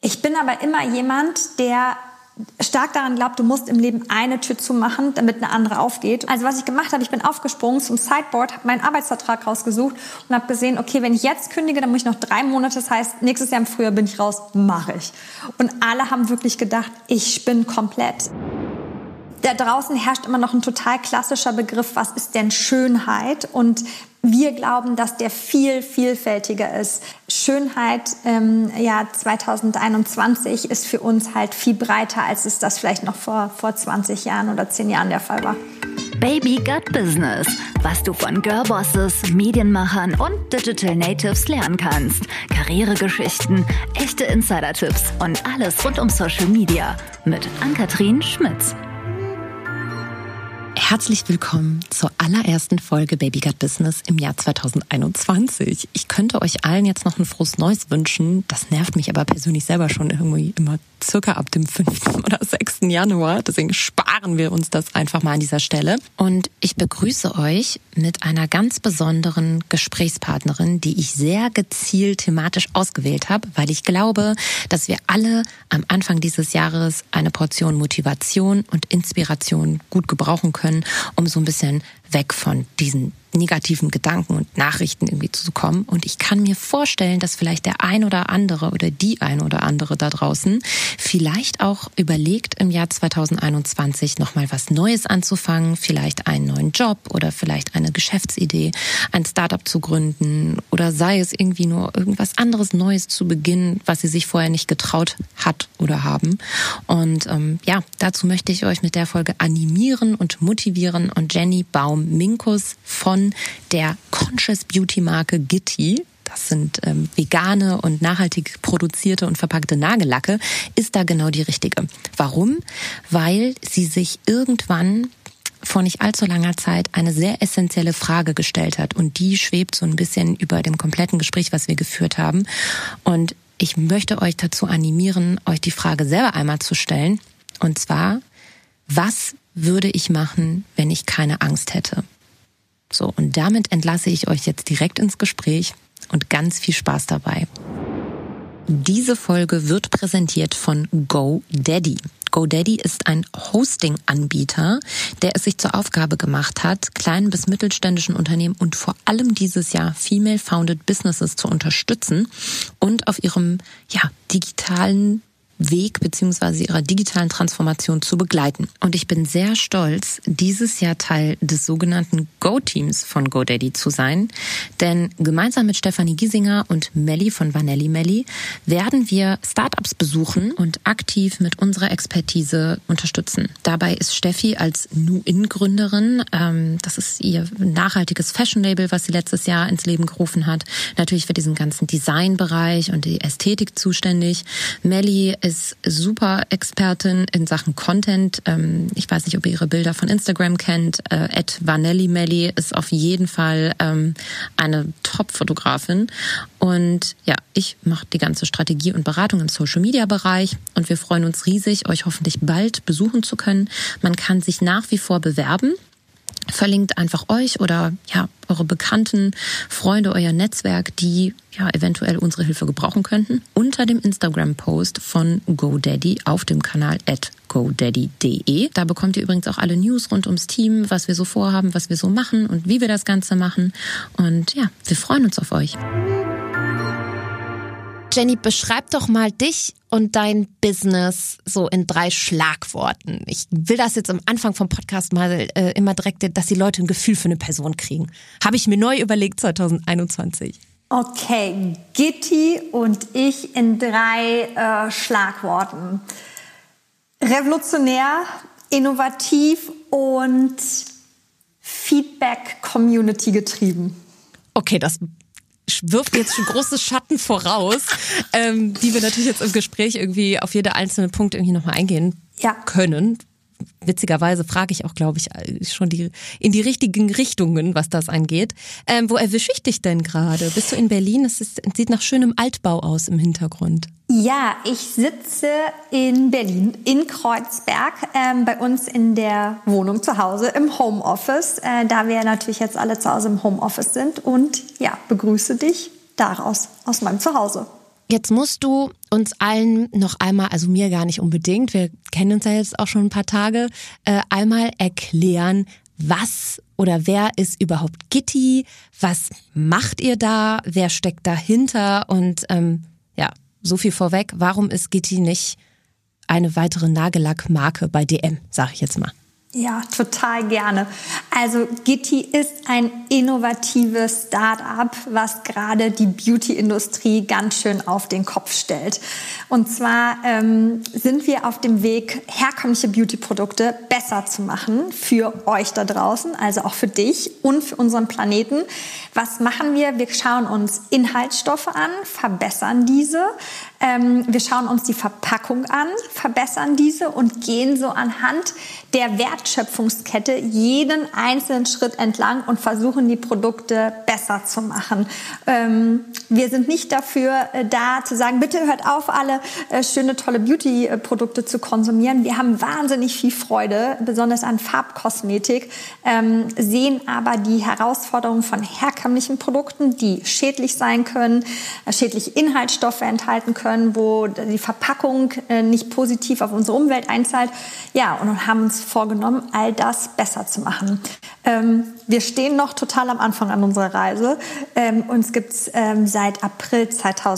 Ich bin aber immer jemand, der stark daran glaubt, du musst im Leben eine Tür zumachen, damit eine andere aufgeht. Also was ich gemacht habe, ich bin aufgesprungen zum Sideboard, habe meinen Arbeitsvertrag rausgesucht und habe gesehen, okay, wenn ich jetzt kündige, dann muss ich noch 3 Monate, das heißt, nächstes Jahr im Frühjahr bin ich raus, mache ich. Und alle haben wirklich gedacht, ich spinne komplett. Da draußen herrscht immer noch ein total klassischer Begriff, was ist denn Schönheit? Und wir glauben, dass der viel vielfältiger ist. Schönheit im Jahr 2021 ist für uns halt viel breiter, als es das vielleicht noch vor 20 Jahren oder 10 Jahren der Fall war. Baby Got Business. Was du von Girlbosses, Medienmachern und Digital Natives lernen kannst. Karrieregeschichten, echte Insider-Tipps und alles rund um Social Media. Mit Ann-Kathrin Schmitz. Herzlich willkommen zur allerersten Folge Baby Got Business im Jahr 2021. Ich könnte euch allen jetzt noch ein frohes Neues wünschen. Das nervt mich aber persönlich selber schon irgendwie immer circa ab dem 5. oder 6. Januar. Deswegen sparen wir uns das einfach mal an dieser Stelle. Und ich begrüße euch mit einer ganz besonderen Gesprächspartnerin, die ich sehr gezielt thematisch ausgewählt habe, weil ich glaube, dass wir alle am Anfang dieses Jahres eine Portion Motivation und Inspiration gut gebrauchen können, um so ein bisschen weg von diesen negativen Gedanken und Nachrichten irgendwie zu kommen. Und ich kann mir vorstellen, dass vielleicht der ein oder andere oder die ein oder andere da draußen vielleicht auch überlegt, im Jahr 2021 nochmal was Neues anzufangen, vielleicht einen neuen Job oder vielleicht eine Geschäftsidee, ein Startup zu gründen oder sei es irgendwie nur irgendwas anderes Neues zu beginnen, was sie sich vorher nicht getraut hat oder haben. Und dazu möchte ich euch mit der Folge animieren und motivieren und Jenny Baum-Minkus von der Conscious Beauty Marke Gitti, das sind vegane und nachhaltig produzierte und verpackte Nagellacke, ist da genau die richtige. Warum? Weil sie sich irgendwann vor nicht allzu langer Zeit eine sehr essentielle Frage gestellt hat und die schwebt so ein bisschen über dem kompletten Gespräch, was wir geführt haben. Und ich möchte euch dazu animieren, euch die Frage selber einmal zu stellen. Und zwar, was würde ich machen, wenn ich keine Angst hätte? So, und damit entlasse ich euch jetzt direkt ins Gespräch und ganz viel Spaß dabei. Diese Folge wird präsentiert von GoDaddy. GoDaddy ist ein Hosting-Anbieter, der es sich zur Aufgabe gemacht hat, kleinen bis mittelständischen Unternehmen und vor allem dieses Jahr Female-Founded Businesses zu unterstützen und auf ihrem digitalen Weg bzw. ihrer digitalen Transformation zu begleiten. Und ich bin sehr stolz, dieses Jahr Teil des sogenannten Go-Teams von GoDaddy zu sein. Denn gemeinsam mit Stefanie Giesinger und Melli von Vanelli Melli werden wir Startups besuchen und aktiv mit unserer Expertise unterstützen. Dabei ist Steffi als Nu-In-Gründerin, das ist ihr nachhaltiges Fashion-Label, was sie letztes Jahr ins Leben gerufen hat, natürlich für diesen ganzen Designbereich und die Ästhetik zuständig. Melli ist super Expertin in Sachen Content. Ich weiß nicht, ob ihr ihre Bilder von Instagram kennt. @vanellimelli ist auf jeden Fall eine Top-Fotografin. Und ja, ich mache die ganze Strategie und Beratung im Social-Media-Bereich. Und wir freuen uns riesig, euch hoffentlich bald besuchen zu können. Man kann sich nach wie vor bewerben. Verlinkt einfach euch oder eure Bekannten, Freunde, euer Netzwerk, die eventuell unsere Hilfe gebrauchen könnten, unter dem Instagram-Post von GoDaddy auf dem Kanal @godaddy.de. Da bekommt ihr übrigens auch alle News rund ums Team, was wir so vorhaben, was wir so machen und wie wir das Ganze machen. Und wir freuen uns auf euch. Jenny, beschreib doch mal dich und dein Business so in 3 Schlagworten. Ich will das jetzt am Anfang vom Podcast mal immer direkt, dass die Leute ein Gefühl für eine Person kriegen. Habe ich mir neu überlegt 2021. Okay, Gitti und ich in 3 Schlagworten. Revolutionär, innovativ und Feedback-Community getrieben. Okay, das wirft jetzt schon große Schatten voraus, die wir natürlich jetzt im Gespräch irgendwie auf jede einzelne Punkt irgendwie nochmal eingehen können. Witzigerweise frage ich auch, glaube ich, schon in die richtigen Richtungen, was das angeht. Wo erwische ich dich denn gerade? Bist du in Berlin? Es sieht nach schönem Altbau aus im Hintergrund. Ja, ich sitze in Berlin, in Kreuzberg, bei uns in der Wohnung zu Hause, im Homeoffice, da wir natürlich jetzt alle zu Hause im Homeoffice sind und begrüße dich aus meinem Zuhause. Jetzt musst du uns allen noch einmal, also mir gar nicht unbedingt, wir kennen uns ja jetzt auch schon ein paar Tage, einmal erklären, was oder wer ist überhaupt Gitti, was macht ihr da, wer steckt dahinter und so viel vorweg, warum ist Gitti nicht eine weitere Nagellackmarke bei DM, sage ich jetzt mal. Ja, total gerne. Also Gitti ist ein innovatives Start-up, was gerade die Beauty-Industrie ganz schön auf den Kopf stellt. Und zwar sind wir auf dem Weg, herkömmliche Beauty-Produkte besser zu machen für euch da draußen, also auch für dich und für unseren Planeten. Was machen wir? Wir schauen uns Inhaltsstoffe an, verbessern diese. Wir schauen uns die Verpackung an, verbessern diese und gehen so anhand der Wertschöpfungskette jeden einzelnen Schritt entlang und versuchen, die Produkte besser zu machen. Wir sind nicht dafür da zu sagen, bitte hört auf, alle schöne, tolle Beauty-Produkte zu konsumieren. Wir haben wahnsinnig viel Freude, besonders an Farbkosmetik, sehen aber die Herausforderungen von herkömmlichen Produkten, die schädlich sein können, schädliche Inhaltsstoffe enthalten können, wo die Verpackung nicht positiv auf unsere Umwelt einzahlt. Ja, und haben uns vorgenommen, all das besser zu machen. Wir stehen noch total am Anfang an unserer Reise. Uns gibt's seit April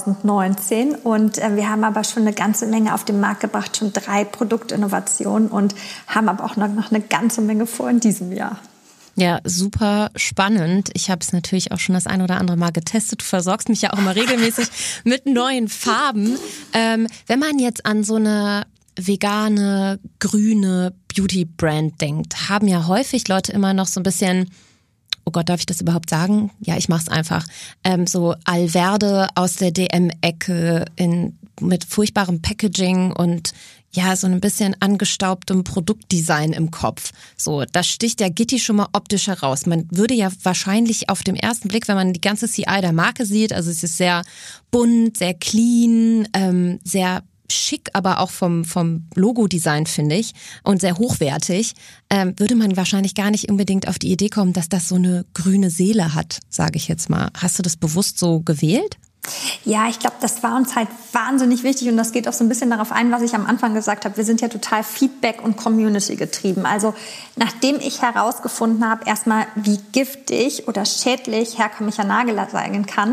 2019 und wir haben aber schon eine ganze Menge auf den Markt gebracht, schon 3 Produktinnovationen und haben aber auch noch eine ganze Menge vor in diesem Jahr. Ja, super spannend. Ich habe es natürlich auch schon das ein oder andere Mal getestet. Du versorgst mich ja auch immer regelmäßig mit neuen Farben. Wenn man jetzt an so eine vegane, grüne Beauty-Brand denkt, haben ja häufig Leute immer noch so ein bisschen, oh Gott, darf ich das überhaupt sagen? Ja, ich mach's einfach. So Alverde aus der DM-Ecke mit furchtbarem Packaging und ja, so ein bisschen angestaubtem Produktdesign im Kopf. So, da sticht der Gitti schon mal optisch heraus. Man würde ja wahrscheinlich auf dem ersten Blick, wenn man die ganze CI der Marke sieht, also es ist sehr bunt, sehr clean, sehr schick, aber auch vom Logo-Design, finde ich, und sehr hochwertig, würde man wahrscheinlich gar nicht unbedingt auf die Idee kommen, dass das so eine grüne Seele hat, sage ich jetzt mal. Hast du das bewusst so gewählt? Ja, ich glaube, das war uns halt wahnsinnig wichtig und das geht auch so ein bisschen darauf ein, was ich am Anfang gesagt habe. Wir sind ja total Feedback- und Community getrieben. Also nachdem ich herausgefunden habe, erstmal wie giftig oder schädlich herkömmlicher Nagellack sein kann,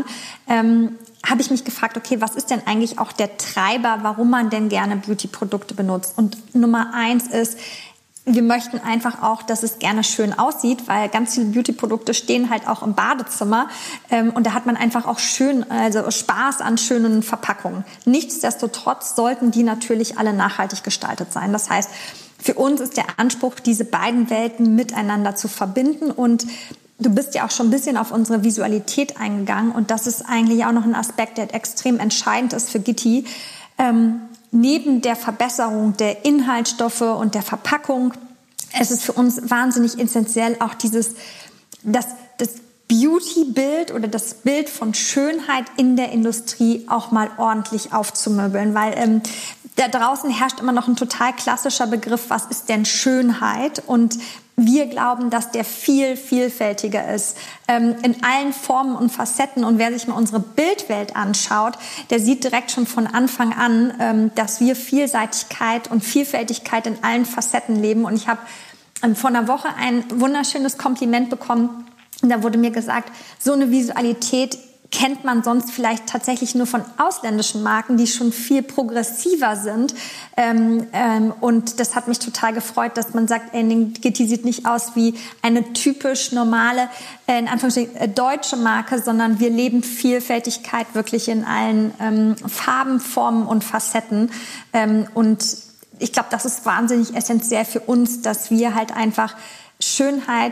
habe ich mich gefragt, okay, was ist denn eigentlich auch der Treiber, warum man denn gerne Beauty-Produkte benutzt? Und Nummer 1 ist, wir möchten einfach auch, dass es gerne schön aussieht, weil ganz viele Beauty-Produkte stehen halt auch im Badezimmer und da hat man einfach auch also Spaß an schönen Verpackungen. Nichtsdestotrotz sollten die natürlich alle nachhaltig gestaltet sein. Das heißt, für uns ist der Anspruch, diese beiden Welten miteinander zu verbinden und du bist ja auch schon ein bisschen auf unsere Visualität eingegangen und das ist eigentlich auch noch ein Aspekt, der extrem entscheidend ist für Gitti. Neben der Verbesserung der Inhaltsstoffe und der Verpackung, es ist für uns wahnsinnig essentiell auch das Beauty-Bild oder das Bild von Schönheit in der Industrie auch mal ordentlich aufzumöbeln, weil da draußen herrscht immer noch ein total klassischer Begriff, was ist denn Schönheit? Und wir glauben, dass der viel vielfältiger ist, in allen Formen und Facetten. Und wer sich mal unsere Bildwelt anschaut, der sieht direkt schon von Anfang an, dass wir Vielseitigkeit und Vielfältigkeit in allen Facetten leben. Und ich habe vor einer Woche ein wunderschönes Kompliment bekommen. Und da wurde mir gesagt, so eine Visualität kennt man sonst vielleicht tatsächlich nur von ausländischen Marken, die schon viel progressiver sind. Und das hat mich total gefreut, dass man sagt, Gitti sieht nicht aus wie eine typisch normale, in Anführungsstrichen, deutsche Marke, sondern wir leben Vielfältigkeit wirklich in allen Farben, Formen und Facetten. Und ich glaube, das ist wahnsinnig essentiell für uns, dass wir halt einfach Schönheit,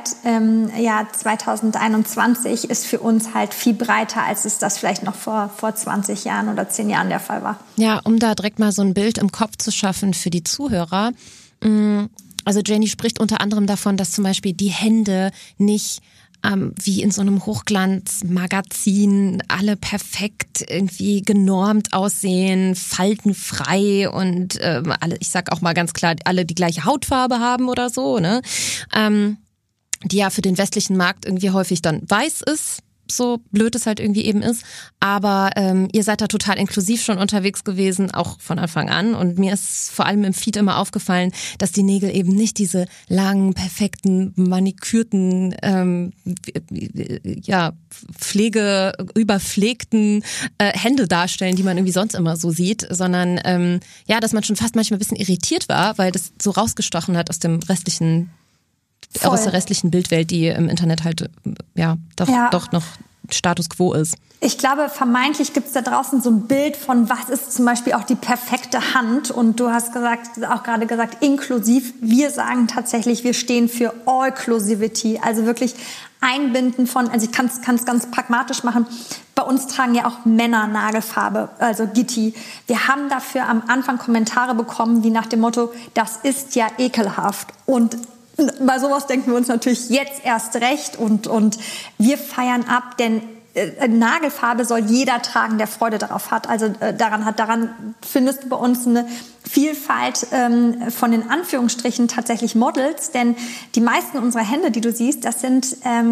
2021 ist für uns halt viel breiter, als es das vielleicht noch vor 20 Jahren oder 10 Jahren der Fall war. Ja, um da direkt mal so ein Bild im Kopf zu schaffen für die Zuhörer. Also Jenny spricht unter anderem davon, dass zum Beispiel die Hände nicht wie in so einem Hochglanzmagazin alle perfekt irgendwie genormt aussehen, faltenfrei und alle, ich sag auch mal ganz klar, alle die gleiche Hautfarbe haben oder so, ne? Die ja für den westlichen Markt irgendwie häufig dann weiß ist. so blöd es halt irgendwie eben ist. Aber ihr seid da total inklusiv schon unterwegs gewesen, auch von Anfang an. Und mir ist vor allem im Feed immer aufgefallen, dass die Nägel eben nicht diese langen, perfekten, manikürten, überpflegten Hände darstellen, die man irgendwie sonst immer so sieht, sondern dass man schon fast manchmal ein bisschen irritiert war, weil das so rausgestochen hat aus der restlichen Bildwelt, die im Internet halt doch noch Status quo ist. Ich glaube, vermeintlich gibt es da draußen so ein Bild von, was ist zum Beispiel auch die perfekte Hand. Und du hast gerade gesagt, inklusiv. Wir sagen tatsächlich, wir stehen für All-Clusivity, also wirklich Einbinden von, also ich kann es ganz pragmatisch machen. Bei uns tragen ja auch Männer Nagelfarbe, also Gitti. Wir haben dafür am Anfang Kommentare bekommen, wie nach dem Motto, das ist ja ekelhaft. Und bei sowas denken wir uns natürlich jetzt erst recht und wir feiern ab, denn Nagelfarbe soll jeder tragen, der Freude darauf hat. Also daran findest du bei uns eine Vielfalt von in Anführungsstrichen tatsächlich Models, denn die meisten unserer Hände, die du siehst, das sind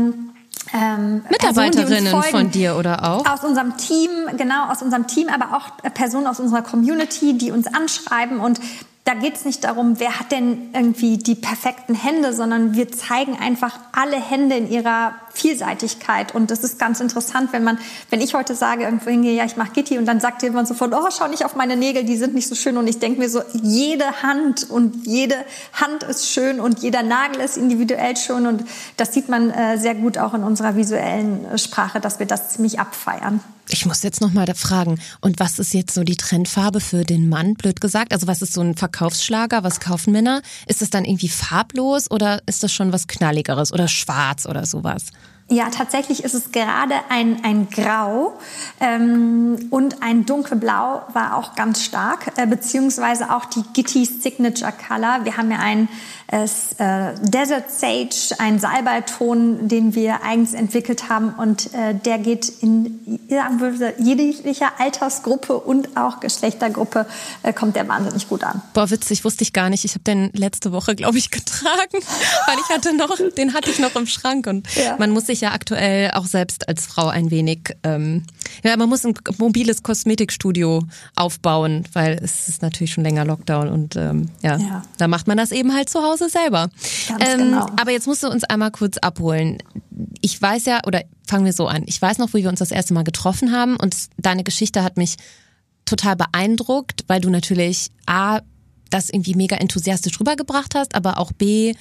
Mitarbeiterinnen von dir oder auch? Aus unserem Team, aber auch Personen aus unserer Community, die uns anschreiben und da geht's nicht darum, wer hat denn irgendwie die perfekten Hände, sondern wir zeigen einfach alle Hände in ihrer Vielseitigkeit. Und das ist ganz interessant, wenn ich heute sage, irgendwo hingehe, ja, ich mache Gitti und dann sagt jemand sofort, oh, schau nicht auf meine Nägel, die sind nicht so schön. Und ich denke mir so, jede Hand ist schön und jeder Nagel ist individuell schön. Und das sieht man sehr gut auch in unserer visuellen Sprache, dass wir das ziemlich abfeiern. Ich muss jetzt noch mal da fragen, und was ist jetzt so die Trendfarbe für den Mann, blöd gesagt? Also was ist so ein Verkaufsschlager, was kaufen Männer? Ist das dann irgendwie farblos oder ist das schon was Knalligeres oder schwarz oder sowas? Ja, tatsächlich ist es gerade ein Grau und ein Dunkelblau war auch ganz stark, beziehungsweise auch die Gitti Signature Color. Wir haben ja einen Desert Sage, einen Salbeiton, den wir eigens entwickelt haben und der geht in jeglicher Altersgruppe und auch Geschlechtergruppe kommt der wahnsinnig gut an. Boah, witzig, wusste ich gar nicht. Ich habe den letzte Woche, glaube ich, getragen, weil den hatte ich noch im Schrank und man muss sich ja aktuell auch selbst als Frau ein wenig, man muss ein mobiles Kosmetikstudio aufbauen, weil es ist natürlich schon länger Lockdown und da macht man das eben halt zu Hause selber. Ganz genau. Aber jetzt musst du uns einmal kurz abholen. Ich weiß ja, oder fangen wir so an, ich weiß noch, wo wir uns das erste Mal getroffen haben und deine Geschichte hat mich total beeindruckt, weil du natürlich A, das irgendwie mega enthusiastisch rübergebracht hast, aber auch B,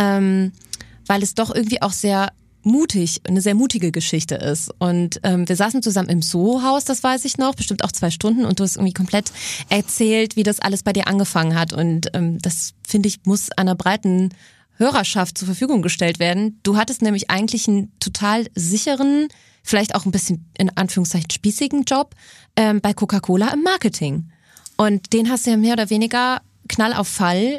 weil es doch irgendwie auch eine sehr mutige Geschichte ist. Und wir saßen zusammen im Soho-Haus, das weiß ich noch, bestimmt auch 2 Stunden und du hast irgendwie komplett erzählt, wie das alles bei dir angefangen hat. Und das, finde ich, muss einer breiten Hörerschaft zur Verfügung gestellt werden. Du hattest nämlich eigentlich einen total sicheren, vielleicht auch ein bisschen in Anführungszeichen spießigen Job bei Coca-Cola im Marketing. Und den hast du ja mehr oder weniger Knall auf Fall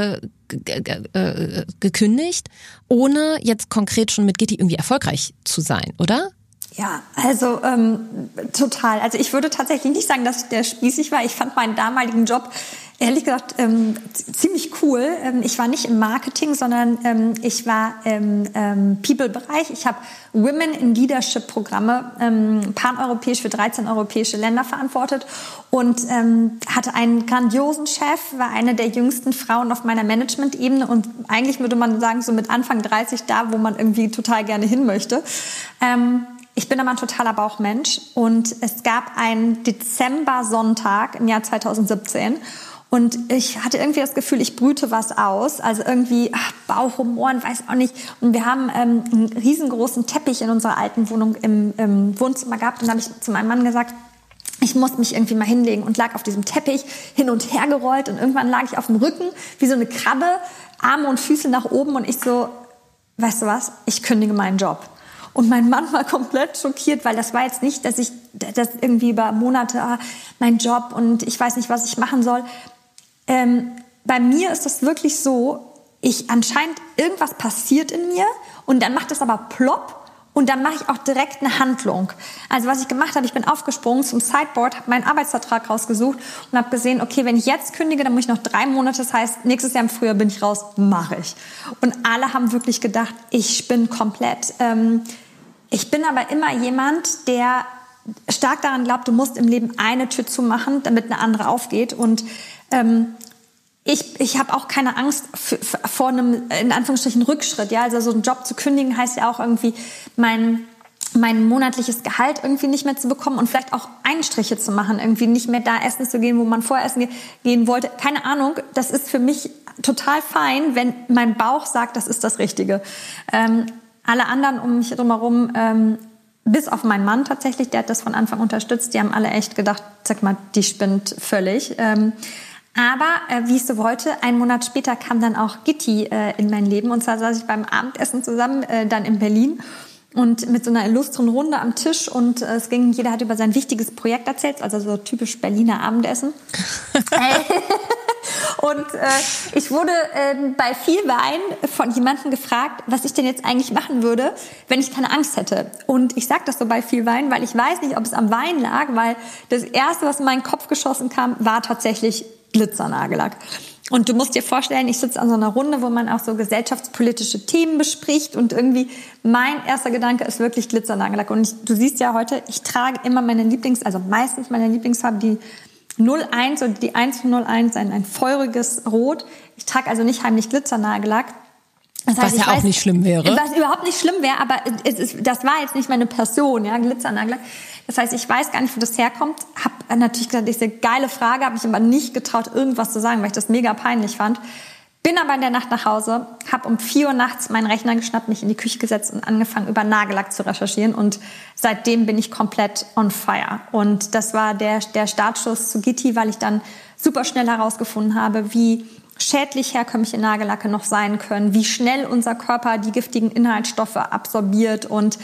gekündigt, ohne jetzt konkret schon mit Gitti irgendwie erfolgreich zu sein, oder? Ja, also total. Also ich würde tatsächlich nicht sagen, dass der spießig war. Ich fand meinen damaligen Job ehrlich gesagt ziemlich cool. Ich war nicht im Marketing, sondern ich war im People-Bereich. Ich habe Women in Leadership-Programme paneuropäisch für 13 europäische Länder verantwortet und hatte einen grandiosen Chef, war eine der jüngsten Frauen auf meiner Management-Ebene und eigentlich würde man sagen, so mit Anfang 30 da, wo man irgendwie total gerne hin möchte. Ich bin aber ein totaler Bauchmensch und es gab einen Dezember-Sonntag im Jahr 2017 und ich hatte irgendwie das Gefühl, ich brüte was aus, also irgendwie Bauchhumor und weiß auch nicht. Und wir haben einen riesengroßen Teppich in unserer alten Wohnung im Wohnzimmer gehabt und da habe ich zu meinem Mann gesagt, ich muss mich irgendwie mal hinlegen und lag auf diesem Teppich hin und her gerollt und irgendwann lag ich auf dem Rücken wie so eine Krabbe, Arme und Füße nach oben und ich so, weißt du was, ich kündige meinen Job. Und mein Mann war komplett schockiert, weil das war jetzt nicht, dass ich das irgendwie über Monate, mein Job und ich weiß nicht, was ich machen soll. Bei mir ist das wirklich so, anscheinend irgendwas passiert in mir und dann macht es aber plopp und dann mache ich auch direkt eine Handlung. Also was ich gemacht habe, ich bin aufgesprungen zum Sideboard, habe meinen Arbeitsvertrag rausgesucht und habe gesehen, okay, wenn ich jetzt kündige, dann muss ich noch 3 Monate, das heißt, nächstes Jahr im Frühjahr bin ich raus, mache ich. Und alle haben wirklich gedacht, ich spinne komplett. Ich bin aber immer jemand, der stark daran glaubt, du musst im Leben eine Tür zumachen, damit eine andere aufgeht. Und ich habe auch keine Angst vor einem, in Anführungsstrichen, Rückschritt. Ja? Also so einen Job zu kündigen heißt ja auch irgendwie, mein monatliches Gehalt irgendwie nicht mehr zu bekommen und vielleicht auch Einstriche zu machen, irgendwie nicht mehr da essen zu gehen, wo man vorher essen gehen wollte. Keine Ahnung, das ist für mich total fein, wenn mein Bauch sagt, das ist das Richtige. Alle anderen um mich drumherum, bis auf meinen Mann tatsächlich, der hat das von Anfang unterstützt, die haben alle echt gedacht, sag mal, die spinnt völlig. Aber wie ich so wollte, einen Monat später kam dann auch Gitti in mein Leben. Und zwar saß ich beim Abendessen zusammen, dann in Berlin. Und mit so einer illustren Runde am Tisch. Und jeder hat über sein wichtiges Projekt erzählt. Also so typisch Berliner Abendessen. Und ich wurde bei viel Wein von jemandem gefragt, was ich denn jetzt eigentlich machen würde, wenn ich keine Angst hätte. Und ich sage das so bei viel Wein, weil ich weiß nicht, ob es am Wein lag, weil das Erste, was in meinen Kopf geschossen kam, war tatsächlich Glitzernagellack. Und du musst dir vorstellen, ich sitze an so einer Runde, wo man auch so gesellschaftspolitische Themen bespricht und irgendwie mein erster Gedanke ist wirklich Glitzernagellack. Und du siehst ja heute, ich trage immer meistens meine Lieblingsfarbe, die 01 oder die 101, ein feuriges Rot. Ich trage also nicht heimlich Glitzernagellack. Das heißt, was ja auch nicht schlimm wäre. Was überhaupt nicht schlimm wäre, aber das war jetzt nicht meine Passion, ja, Glitzernagellack. Das heißt, ich weiß gar nicht, wo das herkommt. Hab natürlich gesagt, das ist eine geile Frage, habe mich aber nicht getraut, irgendwas zu sagen, weil ich das mega peinlich fand. Bin aber in der Nacht nach Hause, habe um 4 Uhr nachts meinen Rechner geschnappt, mich in die Küche gesetzt und angefangen, über Nagellack zu recherchieren. Und seitdem bin ich komplett on fire. Und das war der Startschuss zu Gitti, weil ich dann super schnell herausgefunden habe, wie schädlich herkömmliche Nagellacke noch sein können, wie schnell unser Körper die giftigen Inhaltsstoffe absorbiert und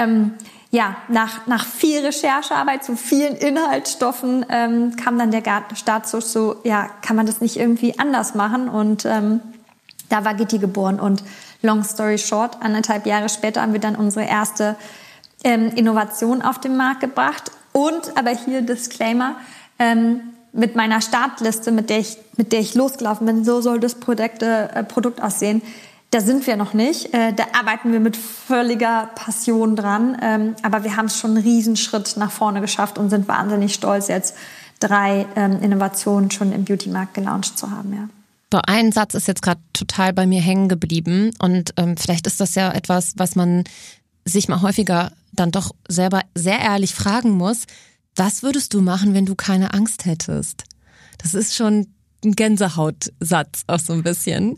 nach viel Recherchearbeit zu vielen Inhaltsstoffen kam dann der Startschuss so, ja, kann man das nicht irgendwie anders machen? Und da war Gitti geboren. Und long story short, 1,5 Jahre später haben wir dann unsere erste Innovation auf den Markt gebracht. Und, aber hier Disclaimer, mit meiner Startliste, mit der ich losgelaufen bin, so soll das Produkt aussehen. Da sind wir noch nicht. Da arbeiten wir mit völliger Passion dran. Aber wir haben es schon einen Riesenschritt nach vorne geschafft und sind wahnsinnig stolz, jetzt 3 Innovationen schon im Beauty-Markt gelauncht zu haben. Ja. Boah, ein Satz ist jetzt gerade total bei mir hängen geblieben. Und vielleicht ist das ja etwas, was man sich mal häufiger dann doch selber sehr ehrlich fragen muss. Was würdest du machen, wenn du keine Angst hättest? Das ist schon ein Gänsehautsatz auch so ein bisschen.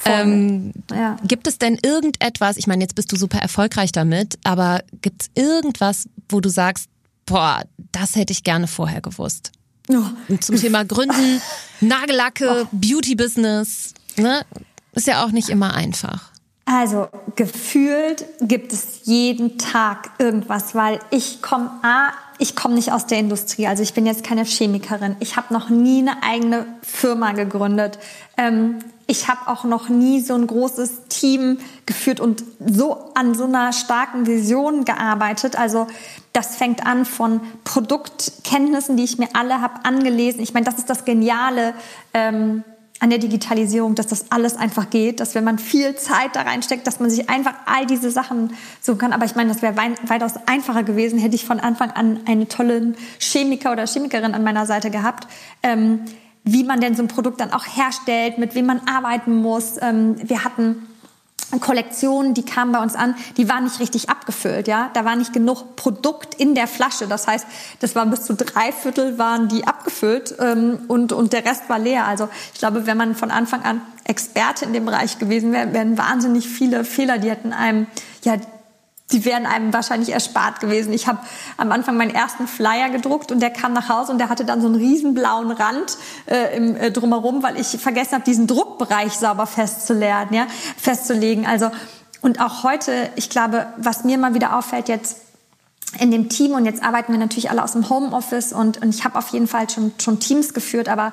Ja. Gibt es denn irgendetwas, ich meine, jetzt bist du super erfolgreich damit, aber gibt es irgendwas, wo du sagst, boah, das hätte ich gerne vorher gewusst? Oh. Zum Thema Gründen, Nagellacke, Beauty-Business, ne? Ist ja auch nicht immer einfach. Also gefühlt gibt es jeden Tag irgendwas, weil ich komme nicht aus der Industrie, also ich bin jetzt keine Chemikerin. Ich habe noch nie eine eigene Firma gegründet. Ich habe auch noch nie so ein großes Team geführt und so an so einer starken Vision gearbeitet. Also das fängt an von Produktkenntnissen, die ich mir alle habe angelesen. Ich meine, das ist das Geniale an der Digitalisierung, dass das alles einfach geht, dass wenn man viel Zeit da reinsteckt, dass man sich einfach all diese Sachen suchen kann. Aber ich meine, das wäre weitaus einfacher gewesen, hätte ich von Anfang an einen tollen Chemiker oder Chemikerin an meiner Seite gehabt, wie man denn so ein Produkt dann auch herstellt, mit wem man arbeiten muss. Wir hatten Kollektionen, die kamen bei uns an, die waren nicht richtig abgefüllt, ja. Da war nicht genug Produkt in der Flasche. Das heißt, das war bis zu 3/4 waren die abgefüllt und der Rest war leer. Also ich glaube, wenn man von Anfang an Experte in dem Bereich gewesen wäre, wären wahnsinnig viele Fehler, die wären einem wahrscheinlich erspart gewesen. Ich habe am Anfang meinen ersten Flyer gedruckt und der kam nach Hause und der hatte dann so einen riesen blauen Rand drumherum, weil ich vergessen habe, diesen Druckbereich sauber festzulegen. Also und auch heute, ich glaube, was mir mal wieder auffällt jetzt in dem Team, und jetzt arbeiten wir natürlich alle aus dem Homeoffice und ich habe auf jeden Fall schon Teams geführt, aber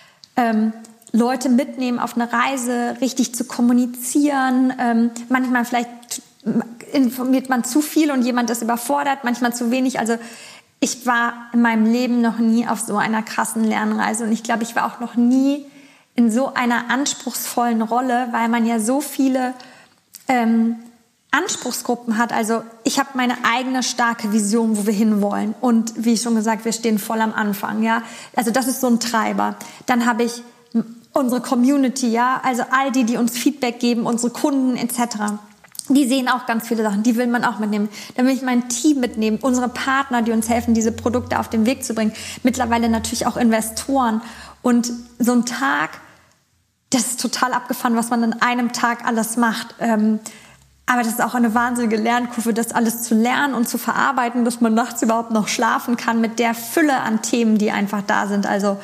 Leute mitnehmen auf eine Reise, richtig zu kommunizieren, manchmal vielleicht informiert man zu viel und jemand ist überfordert, manchmal zu wenig. Also ich war in meinem Leben noch nie auf so einer krassen Lernreise und ich glaube, ich war auch noch nie in so einer anspruchsvollen Rolle, weil man ja so viele Anspruchsgruppen hat. Also ich habe meine eigene starke Vision, wo wir hinwollen. Und wie schon gesagt, wir stehen voll am Anfang. Ja, also das ist so ein Treiber. Dann habe ich unsere Community, ja, also all die uns Feedback geben, unsere Kunden etc. Die sehen auch ganz viele Sachen, die will man auch mitnehmen. Dann will ich mein Team mitnehmen, unsere Partner, die uns helfen, diese Produkte auf den Weg zu bringen. Mittlerweile natürlich auch Investoren. Und so ein Tag, das ist total abgefahren, was man an einem Tag alles macht. Aber das ist auch eine wahnsinnige Lernkurve, das alles zu lernen und zu verarbeiten, dass man nachts überhaupt noch schlafen kann mit der Fülle an Themen, die einfach da sind. Also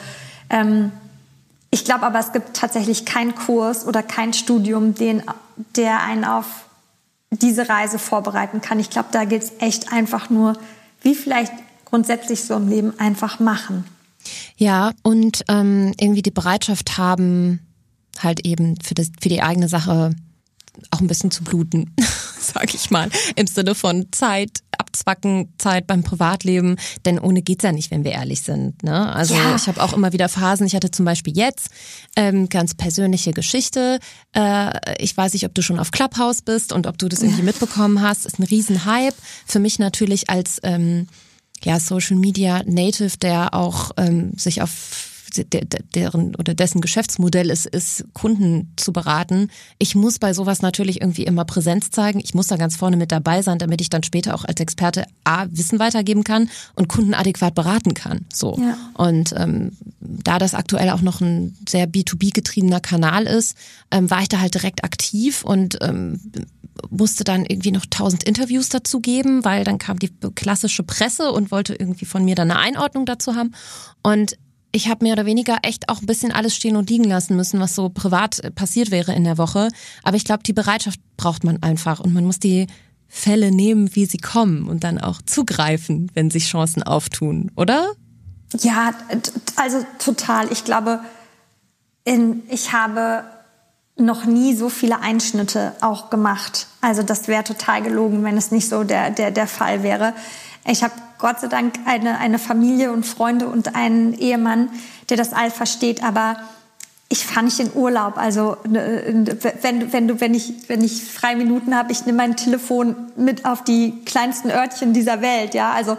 ich glaube aber, es gibt tatsächlich keinen Kurs oder kein Studium, der einen auf diese Reise vorbereiten kann. Ich glaube, da gilt es echt einfach nur, wie vielleicht grundsätzlich so im Leben, einfach machen. Ja, und irgendwie die Bereitschaft haben, halt eben für die eigene Sache auch ein bisschen zu bluten, sag ich mal, im Sinne von Zeit abzwacken, Zeit beim Privatleben, denn ohne geht's ja nicht, wenn wir ehrlich sind. Ne? Also ich habe auch immer wieder Phasen, ich hatte zum Beispiel jetzt ganz persönliche Geschichte, ich weiß nicht, ob du schon auf Clubhouse bist und ob du das irgendwie mitbekommen hast, ist ein Riesenhype, für mich natürlich als Social Media Native, der auch sich auf deren oder dessen Geschäftsmodell es ist, Kunden zu beraten. Ich muss bei sowas natürlich irgendwie immer Präsenz zeigen. Ich muss da ganz vorne mit dabei sein, damit ich dann später auch als Experte Wissen weitergeben kann und Kunden adäquat beraten kann. So. Ja. Und da das aktuell auch noch ein sehr B2B-getriebener Kanal ist, war ich da halt direkt aktiv und musste dann irgendwie noch 1000 Interviews dazu geben, weil dann kam die klassische Presse und wollte irgendwie von mir dann eine Einordnung dazu haben. Und ich habe mehr oder weniger echt auch ein bisschen alles stehen und liegen lassen müssen, was so privat passiert wäre in der Woche. Aber ich glaube, die Bereitschaft braucht man einfach und man muss die Fälle nehmen, wie sie kommen und dann auch zugreifen, wenn sich Chancen auftun, oder? Ja, also total. Ich glaube, ich habe noch nie so viele Einschnitte auch gemacht. Also das wäre total gelogen, wenn es nicht so der Fall wäre. Ich habe Gott sei Dank eine Familie und Freunde und einen Ehemann, der das all versteht. Aber ich fahre nicht in Urlaub. Also wenn ich freie Minuten habe, ich nehme mein Telefon mit auf die kleinsten Örtchen dieser Welt. Ja, also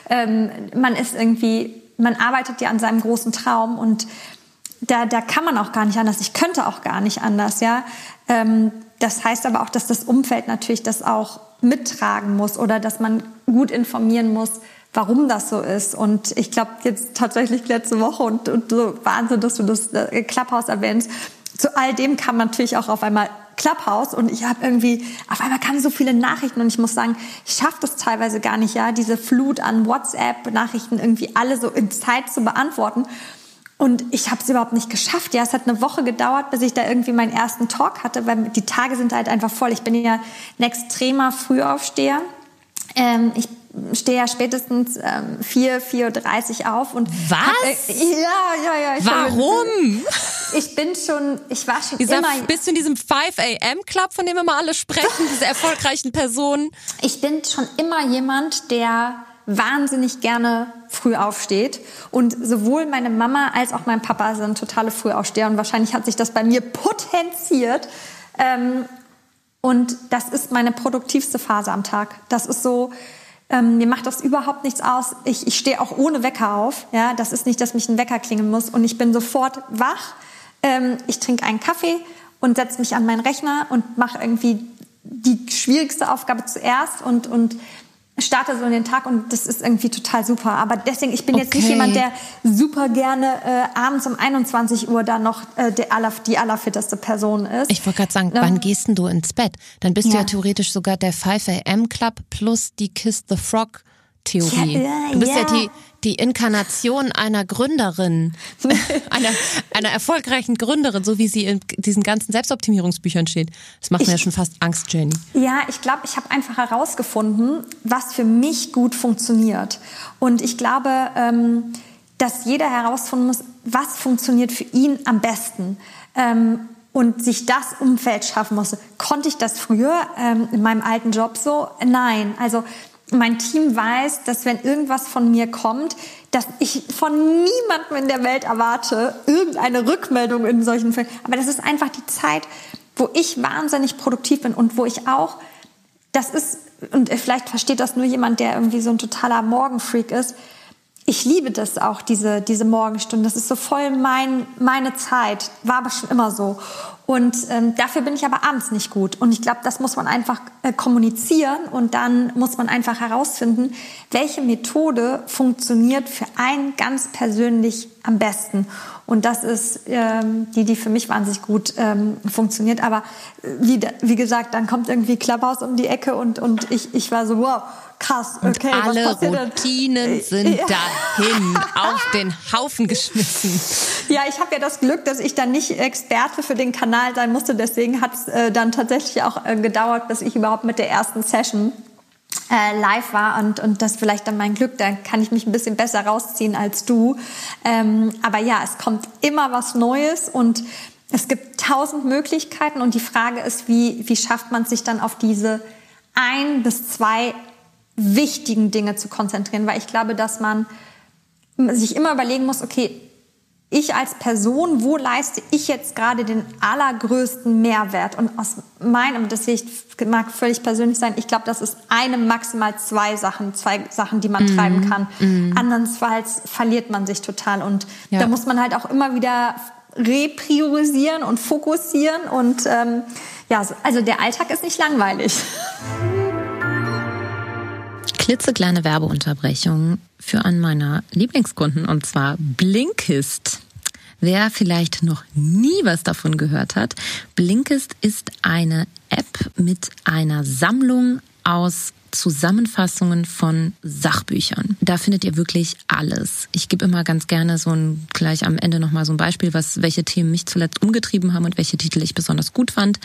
man arbeitet ja an seinem großen Traum und da kann man auch gar nicht anders. Ich könnte auch gar nicht anders. Ja, das heißt aber auch, dass das Umfeld natürlich das auch mittragen muss oder dass man gut informieren muss, warum das so ist. Und ich glaube, jetzt tatsächlich letzte Woche und so Wahnsinn, dass du das Clubhouse erwähnst. Zu all dem kam natürlich auch auf einmal Clubhouse und ich habe auf einmal kamen so viele Nachrichten und ich muss sagen, ich schaffe das teilweise gar nicht, ja, diese Flut an WhatsApp-Nachrichten irgendwie alle so in Zeit zu beantworten. Und ich habe es überhaupt nicht geschafft. Ja, es hat eine Woche gedauert, bis ich da irgendwie meinen ersten Talk hatte, weil die Tage sind halt einfach voll. Ich bin ja ein extremer Frühaufsteher. Ich stehe ja spätestens 4:30 Uhr auf. Und was? Ja. Warum? Ich war schon immer... Bist du in diesem 5 a.m. Club, von dem immer alle sprechen, diese erfolgreichen Personen? Ich bin schon immer jemand, der wahnsinnig gerne früh aufsteht. Und sowohl meine Mama als auch mein Papa sind totale Frühaufsteher. Und wahrscheinlich hat sich das bei mir potenziert. Und das ist meine produktivste Phase am Tag. Das ist so, mir macht das überhaupt nichts aus. Ich stehe auch ohne Wecker auf. Ja, das ist nicht, dass mich ein Wecker klingeln muss. Und ich bin sofort wach. Ich trinke einen Kaffee und setze mich an meinen Rechner und mache irgendwie die schwierigste Aufgabe zuerst und starte so in den Tag und das ist irgendwie total super. Aber deswegen, ich bin jetzt nicht jemand, der super gerne abends um 21 Uhr da noch die allerfitteste Person ist. Ich wollte gerade sagen, wann gehst denn du ins Bett? Dann bist du ja theoretisch sogar der 5 a.m. Club plus die Kiss the Frog Theorie. Du bist ja die Inkarnation einer Gründerin, einer erfolgreichen Gründerin, so wie sie in diesen ganzen Selbstoptimierungsbüchern steht. Das macht mir ja schon fast Angst, Jenny. Ja, ich glaube, ich habe einfach herausgefunden, was für mich gut funktioniert. Und ich glaube, dass jeder herausfinden muss, was funktioniert für ihn am besten. Und sich das Umfeld schaffen muss. Konnte ich das früher in meinem alten Job so? Nein. Also mein Team weiß, dass wenn irgendwas von mir kommt, dass ich von niemandem in der Welt erwarte, irgendeine Rückmeldung in solchen Fällen. Aber das ist einfach die Zeit, wo ich wahnsinnig produktiv bin und wo ich auch das ist, und vielleicht versteht das nur jemand, der irgendwie so ein totaler Morgenfreak ist, ich liebe das auch, diese Morgenstunden. Das ist so voll meine Zeit. War aber schon immer so. Und dafür bin ich aber abends nicht gut. Und ich glaube, das muss man einfach kommunizieren. Und dann muss man einfach herausfinden, welche Methode funktioniert für einen ganz persönlich am besten. Und das ist die für mich wahnsinnig gut funktioniert. Aber wie gesagt, dann kommt irgendwie Clubhouse um die Ecke und ich war so, wow, krass. Und okay, alle was passiert Routinen sind dahin auf den Haufen geschmissen. Ja, ich habe ja das Glück, dass ich dann nicht Experte für den Kanal sein musste. Deswegen hat es dann tatsächlich auch gedauert, bis ich überhaupt mit der ersten Session live war und das vielleicht dann mein Glück, da kann ich mich ein bisschen besser rausziehen als du. Aber ja, es kommt immer was Neues und es gibt 1000 Möglichkeiten und die Frage ist, wie schafft man sich dann auf diese 1 bis 2 wichtigen Dinge zu konzentrieren, weil ich glaube, dass man sich immer überlegen muss, okay, ich als Person, wo leiste ich jetzt gerade den allergrößten Mehrwert? Und aus meinem, das mag völlig persönlich sein, ich glaube, das ist maximal 2 Sachen, die man treiben kann. Andernfalls verliert man sich total und da muss man halt auch immer wieder repriorisieren und fokussieren und also der Alltag ist nicht langweilig. Klitzekleine Werbeunterbrechung für einen meiner Lieblingskunden und zwar Blinkist. Wer vielleicht noch nie was davon gehört hat, Blinkist ist eine App mit einer Sammlung aus Zusammenfassungen von Sachbüchern. Da findet ihr wirklich alles. Ich gebe immer ganz gerne gleich am Ende nochmal so ein Beispiel, welche Themen mich zuletzt umgetrieben haben und welche Titel ich besonders gut fand.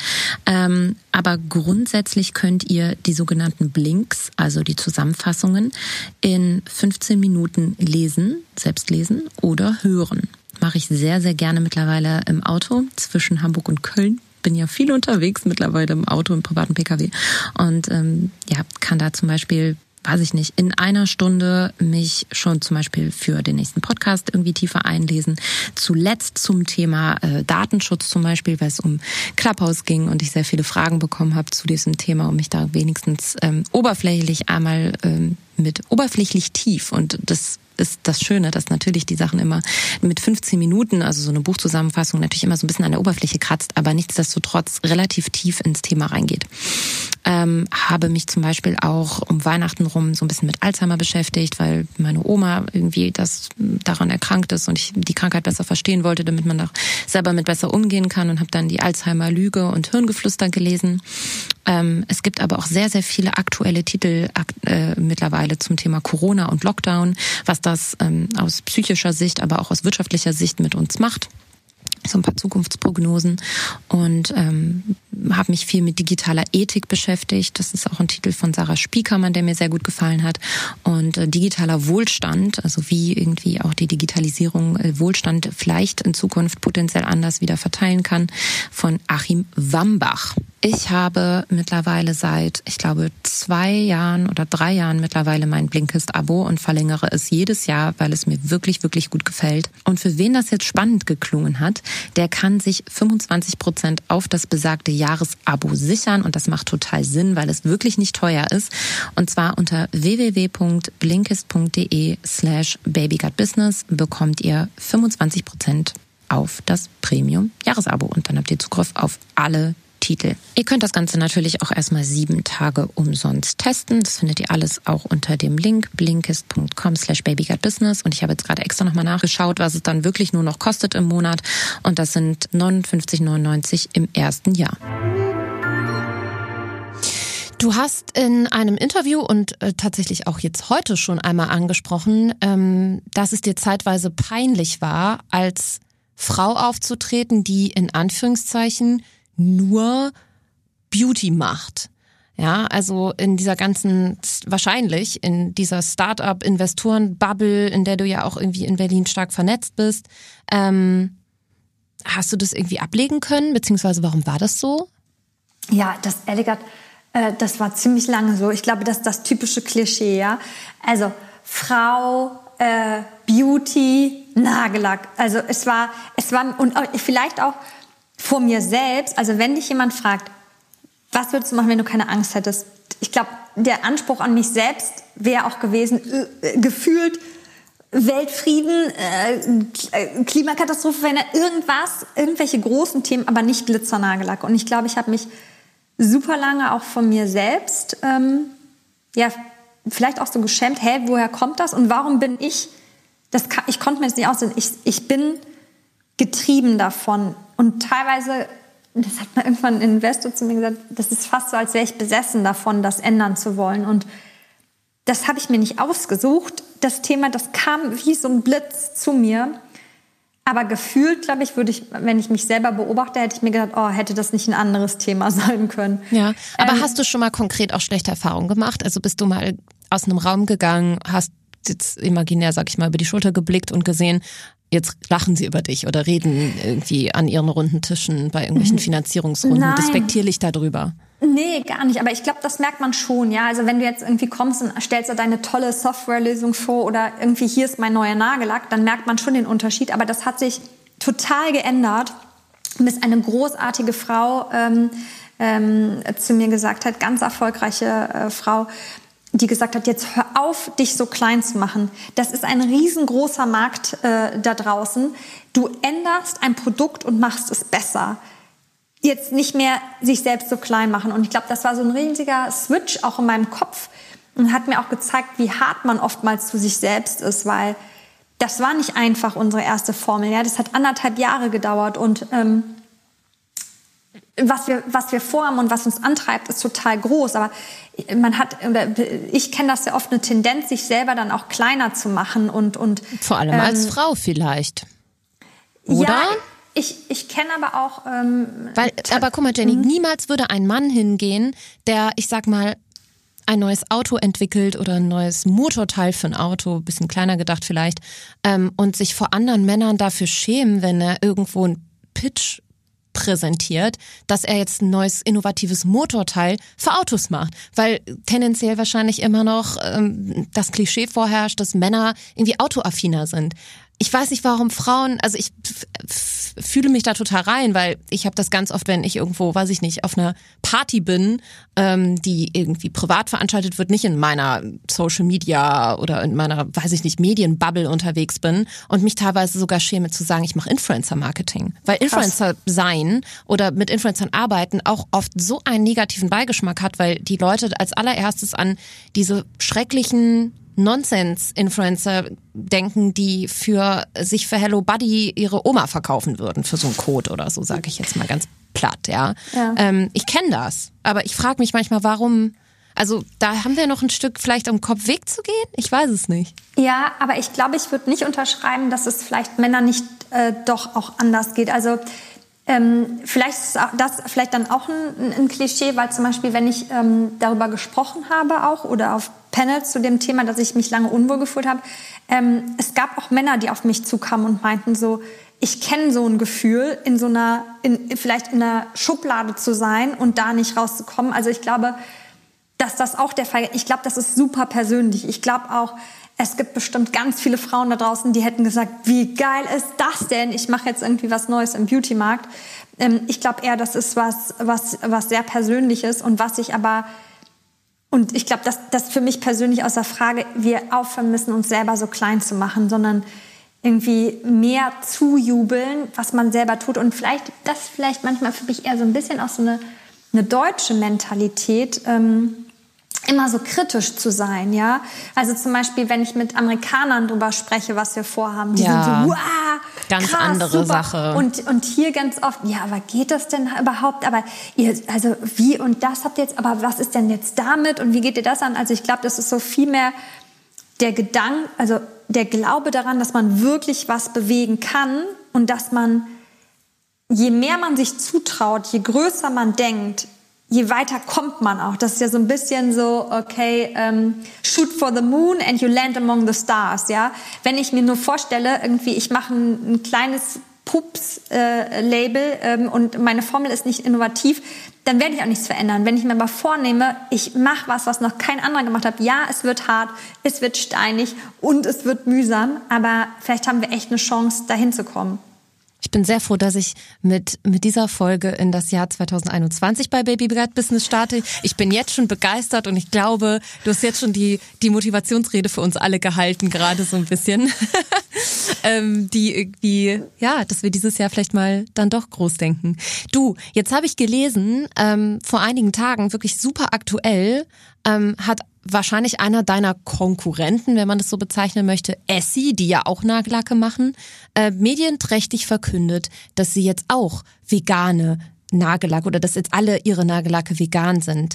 Aber grundsätzlich könnt ihr die sogenannten Blinks, also die Zusammenfassungen, in 15 Minuten selbst lesen oder hören. Mache ich sehr, sehr gerne mittlerweile im Auto zwischen Hamburg und Köln. Bin ja viel unterwegs mittlerweile im Auto, im privaten Pkw und kann da zum Beispiel, weiß ich nicht, in einer Stunde mich schon zum Beispiel für den nächsten Podcast irgendwie tiefer einlesen. Zuletzt zum Thema Datenschutz zum Beispiel, weil es um Clubhouse ging und ich sehr viele Fragen bekommen habe zu diesem Thema und mich da wenigstens oberflächlich einmal mit oberflächlich tief und das ist das Schöne, dass natürlich die Sachen immer mit 15 Minuten, also so eine Buchzusammenfassung natürlich immer so ein bisschen an der Oberfläche kratzt, aber nichtsdestotrotz relativ tief ins Thema reingeht. Habe mich zum Beispiel auch um Weihnachten rum so ein bisschen mit Alzheimer beschäftigt, weil meine Oma irgendwie daran erkrankt ist und ich die Krankheit besser verstehen wollte, damit man da selber mit besser umgehen kann und habe dann die Alzheimer-Lüge und Hirngeflüster gelesen. Es gibt aber auch sehr, sehr viele aktuelle Titel mittlerweile zum Thema Corona und Lockdown, was das aus psychischer Sicht, aber auch aus wirtschaftlicher Sicht mit uns macht. So ein paar Zukunftsprognosen und habe mich viel mit digitaler Ethik beschäftigt. Das ist auch ein Titel von Sarah Spiekermann, der mir sehr gut gefallen hat. Und digitaler Wohlstand, also wie irgendwie auch die Digitalisierung Wohlstand vielleicht in Zukunft potenziell anders wieder verteilen kann, von Achim Wambach. Ich habe mittlerweile seit, ich glaube, 2 Jahren oder 3 Jahren mittlerweile mein Blinkist-Abo und verlängere es jedes Jahr, weil es mir wirklich, wirklich gut gefällt. Und für wen das jetzt spannend geklungen hat, der kann sich 25% auf das besagte Jahresabo sichern und das macht total Sinn, weil es wirklich nicht teuer ist. Und zwar unter www.blinkist.de/babygutbusiness bekommt ihr 25% auf das Premium-Jahresabo und dann habt ihr Zugriff auf alle Titel. Ihr könnt das Ganze natürlich auch erstmal 7 Tage umsonst testen. Das findet ihr alles auch unter dem Link blinkist.com/babygutbusiness und ich habe jetzt gerade extra nochmal nachgeschaut, was es dann wirklich nur noch kostet im Monat und das sind 59,99 im ersten Jahr. Du hast in einem Interview und tatsächlich auch jetzt heute schon einmal angesprochen, dass es dir zeitweise peinlich war, als Frau aufzutreten, die in Anführungszeichen nur Beauty macht. Ja, also in dieser wahrscheinlich in dieser Start-up-Investoren-Bubble, in der du ja auch irgendwie in Berlin stark vernetzt bist. Hast du das irgendwie ablegen können, beziehungsweise warum war das so? Ja, das war ziemlich lange so. Ich glaube, das ist das typische Klischee, ja. Also Frau, Beauty, Nagellack. Also es war und vielleicht auch vor mir selbst, also wenn dich jemand fragt, was würdest du machen, wenn du keine Angst hättest? ich glaube, der Anspruch an mich selbst wäre auch gewesen, gefühlt Weltfrieden, Klimakatastrophe verändert, irgendwelche großen Themen, aber nicht Glitzernagellack. Und ich glaube, ich habe mich super lange auch von mir selbst, vielleicht auch so geschämt, woher kommt das und warum bin ich, ich konnte mir das nicht aussehen, ich bin getrieben davon. Und teilweise, das hat mal irgendwann ein Investor zu mir gesagt, das ist fast so, als wäre ich besessen davon, das ändern zu wollen. Und das habe ich mir nicht ausgesucht. Das Thema, das kam wie so ein Blitz zu mir. Aber gefühlt, glaube ich, wenn ich mich selber beobachte, hätte ich mir gedacht, hätte das nicht ein anderes Thema sein können. Ja, aber hast du schon mal konkret auch schlechte Erfahrungen gemacht? Also bist du mal aus einem Raum gegangen, hast jetzt imaginär, sag ich mal, über die Schulter geblickt und gesehen, jetzt lachen sie über dich oder reden irgendwie an ihren runden Tischen bei irgendwelchen Finanzierungsrunden despektierlich darüber? Nee, gar nicht. Aber ich glaube, das merkt man schon. Ja, also wenn du jetzt irgendwie kommst und stellst dir deine tolle Softwarelösung vor oder irgendwie hier ist mein neuer Nagellack, dann merkt man schon den Unterschied. Aber das hat sich total geändert, bis eine großartige Frau zu mir gesagt hat, ganz erfolgreiche Frau, die gesagt hat, jetzt hör auf, dich so klein zu machen. Das ist ein riesengroßer Markt da draußen. Du änderst ein Produkt und machst es besser. Jetzt nicht mehr sich selbst so klein machen. Und ich glaube, das war so ein riesiger Switch auch in meinem Kopf und hat mir auch gezeigt, wie hart man oftmals zu sich selbst ist, weil das war nicht einfach unsere erste Formel. Ja, das hat 1,5 Jahre gedauert und was wir vorhaben und was uns antreibt, ist total groß. Aber ich kenne das ja oft, eine Tendenz, sich selber dann auch kleiner zu machen und vor allem als Frau vielleicht, oder? Ja, ich kenne aber auch... aber guck mal, Jenny, niemals würde ein Mann hingehen, der, ich sag mal, ein neues Auto entwickelt oder ein neues Motorteil für ein Auto, bisschen kleiner gedacht vielleicht, und sich vor anderen Männern dafür schämen, wenn er irgendwo einen Pitch präsentiert, dass er jetzt ein neues innovatives Motorteil für Autos macht, weil tendenziell wahrscheinlich immer noch das Klischee vorherrscht, dass Männer irgendwie autoaffiner sind. Ich weiß nicht, warum Frauen, also ich fühle mich da total rein, weil ich habe das ganz oft, wenn ich irgendwo, weiß ich nicht, auf einer Party bin, die irgendwie privat veranstaltet wird, nicht in meiner Social Media oder in meiner, weiß ich nicht, Medienbubble unterwegs bin und mich teilweise sogar schäme zu sagen, ich mache Influencer-Marketing. Weil Influencer sein oder mit Influencern arbeiten auch oft so einen negativen Beigeschmack hat, weil die Leute als allererstes an diese schrecklichen Nonsens-Influencer denken, die für Hello Buddy ihre Oma verkaufen würden für so einen Code oder so, sage ich jetzt mal ganz platt, ja. Ich kenne das, aber ich frage mich manchmal, warum, also da haben wir noch ein Stück vielleicht am Kopf Weg zu gehen? Ich weiß es nicht. Ja, aber ich glaube, ich würde nicht unterschreiben, dass es vielleicht Männern nicht doch auch anders geht. Also vielleicht ist das vielleicht dann auch ein Klischee, weil zum Beispiel, wenn ich darüber gesprochen habe auch oder auf Panels zu dem Thema, dass ich mich lange unwohl gefühlt habe, es gab auch Männer, die auf mich zukamen und meinten so, ich kenne so ein Gefühl, vielleicht in einer Schublade zu sein und da nicht rauszukommen. Also ich glaube, dass das auch der Fall ist. Ich glaube, das ist super persönlich. Ich glaube auch, es gibt bestimmt ganz viele Frauen da draußen, die hätten gesagt, wie geil ist das denn? Ich mache jetzt irgendwie was Neues im Beauty-Markt. Ich glaube eher, das ist was sehr Persönliches und was ich aber... Und ich glaube, dass für mich persönlich aus der Frage, wir aufhören müssen, uns selber so klein zu machen, sondern irgendwie mehr zujubeln, was man selber tut. Und vielleicht manchmal für mich eher so ein bisschen auch so eine deutsche Mentalität, immer so kritisch zu sein, ja. Also zum Beispiel, wenn ich mit Amerikanern drüber spreche, was wir vorhaben, die sind so, wow, ganz krass, andere super. Sache. Und hier ganz oft, ja, aber geht das denn überhaupt? Aber also wie und das habt ihr jetzt, aber was ist denn jetzt damit und wie geht ihr das an? Also ich glaube, das ist so viel mehr der Gedanke, also der Glaube daran, dass man wirklich was bewegen kann und dass man, je mehr man sich zutraut, je größer man denkt, je weiter kommt man auch. Das ist ja so ein bisschen so, okay, shoot for the moon and you land among the stars, ja. Wenn ich mir nur vorstelle, irgendwie, ich mache ein kleines Pups-Label und meine Formel ist nicht innovativ, dann werde ich auch nichts verändern. Wenn ich mir aber vornehme, ich mache was noch kein anderer gemacht hat, ja, es wird hart, es wird steinig und es wird mühsam, aber vielleicht haben wir echt eine Chance, dahin zu kommen. Ich bin sehr froh, dass ich mit dieser Folge in das Jahr 2021 bei Baby Gut Business starte. Ich bin jetzt schon begeistert und ich glaube, du hast jetzt schon die Motivationsrede für uns alle gehalten, gerade so ein bisschen. Die irgendwie, ja, dass wir dieses Jahr vielleicht mal dann doch groß denken. Du, jetzt habe ich gelesen, vor einigen Tagen, wirklich super aktuell, hat wahrscheinlich einer deiner Konkurrenten, wenn man das so bezeichnen möchte, Essie, die ja auch Nagellacke machen, medienträchtig verkündet, dass sie jetzt auch vegane Nagellacke oder dass jetzt alle ihre Nagellacke vegan sind.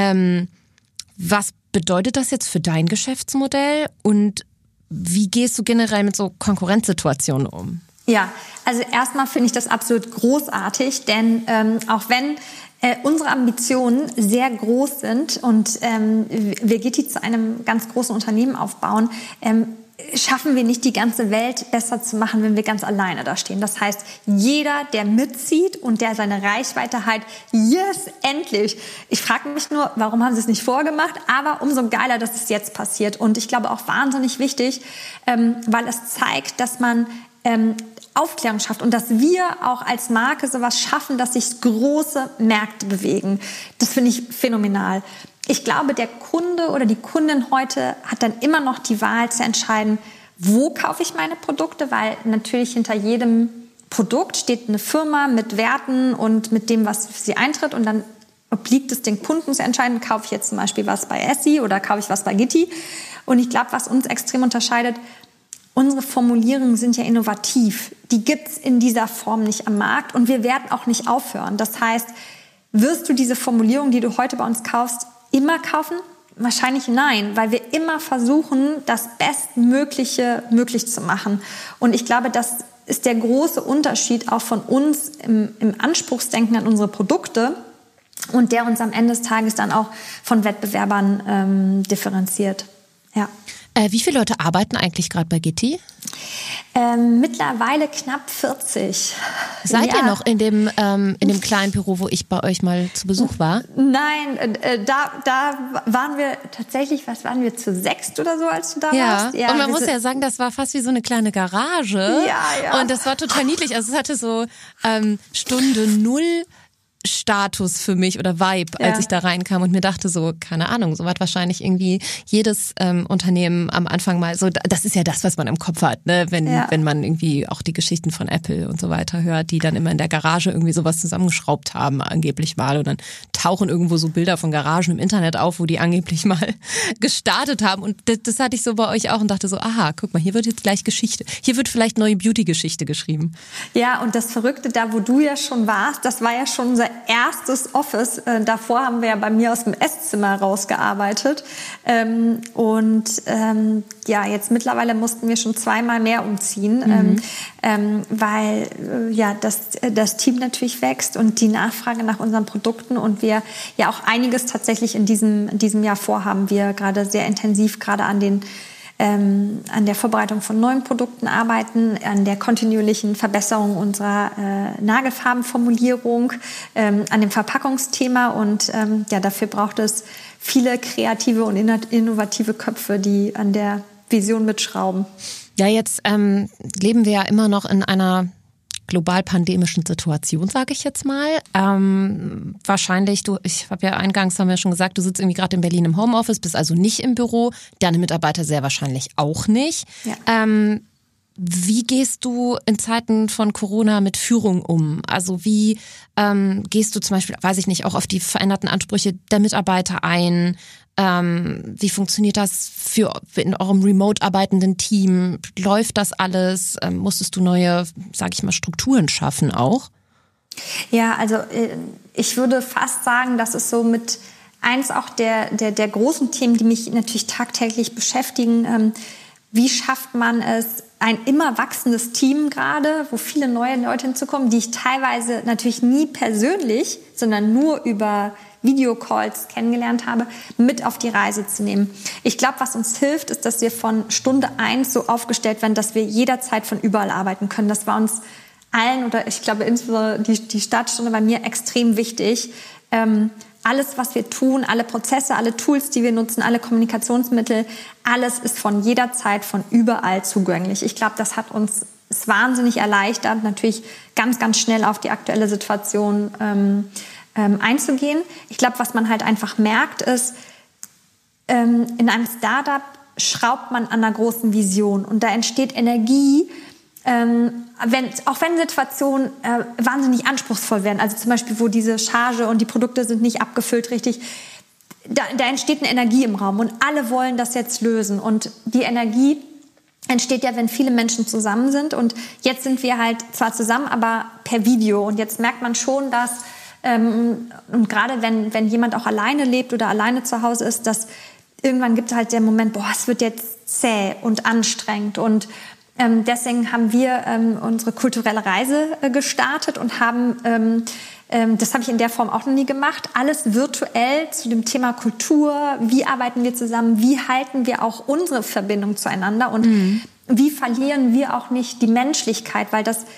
Was bedeutet das jetzt für dein Geschäftsmodell und wie gehst du generell mit so Konkurrenzsituationen um? Ja, also erstmal finde ich das absolut großartig, denn auch wenn unsere Ambitionen sehr groß sind und wir Gitti zu einem ganz großen Unternehmen aufbauen, schaffen wir nicht, die ganze Welt besser zu machen, wenn wir ganz alleine da stehen. Das heißt, jeder, der mitzieht und der seine Reichweite hat, yes, endlich. Ich frage mich nur, warum haben sie es nicht vorgemacht? Aber umso geiler, dass es jetzt passiert. Und ich glaube auch wahnsinnig wichtig, weil es zeigt, dass man Aufklärung schafft und dass wir auch als Marke sowas schaffen, dass sich große Märkte bewegen. Das finde ich phänomenal. Ich glaube, der Kunde oder die Kundin heute hat dann immer noch die Wahl zu entscheiden, wo kaufe ich meine Produkte, weil natürlich hinter jedem Produkt steht eine Firma mit Werten und mit dem, was für sie eintritt und dann obliegt es den Kunden zu entscheiden, kaufe ich jetzt zum Beispiel was bei Essie oder kaufe ich was bei Gitti. Und ich glaube, was uns extrem unterscheidet, unsere Formulierungen sind ja innovativ. Die gibt's in dieser Form nicht am Markt und wir werden auch nicht aufhören. Das heißt, wirst du diese Formulierung, die du heute bei uns kaufst, immer kaufen? Wahrscheinlich nein, weil wir immer versuchen, das Bestmögliche möglich zu machen. Und ich glaube, das ist der große Unterschied auch von uns im Anspruchsdenken an unsere Produkte und der uns am Ende des Tages dann auch von Wettbewerbern differenziert. Ja. Wie viele Leute arbeiten eigentlich gerade bei Gitti? Mittlerweile knapp 40. Seid ihr noch in dem kleinen Büro, wo ich bei euch mal zu Besuch war? Nein, da waren wir tatsächlich, was waren wir, zu 6 oder so, als du da warst? Ja, und man muss ja sagen, das war fast wie so eine kleine Garage. Ja. Und das war total niedlich. Also es hatte so Stunde 0 Status für mich oder Vibe, als ich da reinkam und mir dachte so, keine Ahnung, so hat wahrscheinlich irgendwie jedes Unternehmen am Anfang mal so, das ist ja das, was man im Kopf hat, ne? Wenn man irgendwie auch die Geschichten von Apple und so weiter hört, die dann immer in der Garage irgendwie sowas zusammengeschraubt haben, angeblich mal, und dann tauchen irgendwo so Bilder von Garagen im Internet auf, wo die angeblich mal gestartet haben und das hatte ich so bei euch auch und dachte so, aha, guck mal, hier wird jetzt gleich Geschichte, hier wird vielleicht neue Beauty-Geschichte geschrieben. Ja, und das Verrückte, da wo du ja schon warst, das war ja schon unser erstes Office. Davor haben wir ja bei mir aus dem Esszimmer rausgearbeitet. Jetzt mittlerweile mussten wir schon 2-mal mehr umziehen, weil das Team natürlich wächst und die Nachfrage nach unseren Produkten und wir ja auch einiges tatsächlich in diesem Jahr vorhaben. Wir gerade sehr intensiv gerade an der Vorbereitung von neuen Produkten arbeiten, an der kontinuierlichen Verbesserung unserer Nagelfarbenformulierung, an dem Verpackungsthema und dafür braucht es viele kreative und innovative Köpfe, die an der Vision mitschrauben. Ja, jetzt leben wir ja immer noch in einer global pandemischen Situation, sage ich jetzt mal. Wahrscheinlich, ich habe ja eingangs, haben wir schon gesagt, du sitzt irgendwie gerade in Berlin im Homeoffice, bist also nicht im Büro, deine Mitarbeiter sehr wahrscheinlich auch nicht. Ja. Wie gehst du in Zeiten von Corona mit Führung um? Also wie gehst du zum Beispiel, weiß ich nicht, auch auf die veränderten Ansprüche der Mitarbeiter ein? Wie funktioniert das in eurem remote arbeitenden Team? Läuft das alles? Musstest du neue, sage ich mal, Strukturen schaffen auch? Ja, also ich würde fast sagen, das ist so mit eins auch der großen Themen, die mich natürlich tagtäglich beschäftigen. Wie schafft man es, ein immer wachsendes Team gerade, wo viele neue Leute hinzukommen, die ich teilweise natürlich nie persönlich, sondern nur über Videocalls kennengelernt habe, mit auf die Reise zu nehmen. Ich glaube, was uns hilft, ist, dass wir von Stunde 1 so aufgestellt werden, dass wir jederzeit von überall arbeiten können. Das war uns allen, oder ich glaube insbesondere die Startstunde bei mir extrem wichtig. Alles, was wir tun, alle Prozesse, alle Tools, die wir nutzen, alle Kommunikationsmittel, alles ist von jeder Zeit, von überall zugänglich. Ich glaube, das hat uns es wahnsinnig erleichtert, natürlich ganz, ganz schnell auf die aktuelle Situation einzugehen. Ich glaube, was man halt einfach merkt, ist, in einem Startup schraubt man an einer großen Vision und da entsteht Energie, auch wenn Situationen wahnsinnig anspruchsvoll werden, also zum Beispiel, wo diese Charge und die Produkte sind nicht abgefüllt richtig, da entsteht eine Energie im Raum und alle wollen das jetzt lösen und die Energie entsteht ja, wenn viele Menschen zusammen sind und jetzt sind wir halt zwar zusammen, aber per Video und jetzt merkt man schon, dass und gerade wenn jemand auch alleine lebt oder alleine zu Hause ist, dass irgendwann gibt es halt der Moment, es wird jetzt zäh und anstrengend und deswegen haben wir unsere kulturelle Reise gestartet und haben, das habe ich in der Form auch noch nie gemacht, alles virtuell zu dem Thema Kultur, wie arbeiten wir zusammen, wie halten wir auch unsere Verbindung zueinander und wie verlieren wir auch nicht die Menschlichkeit, weil das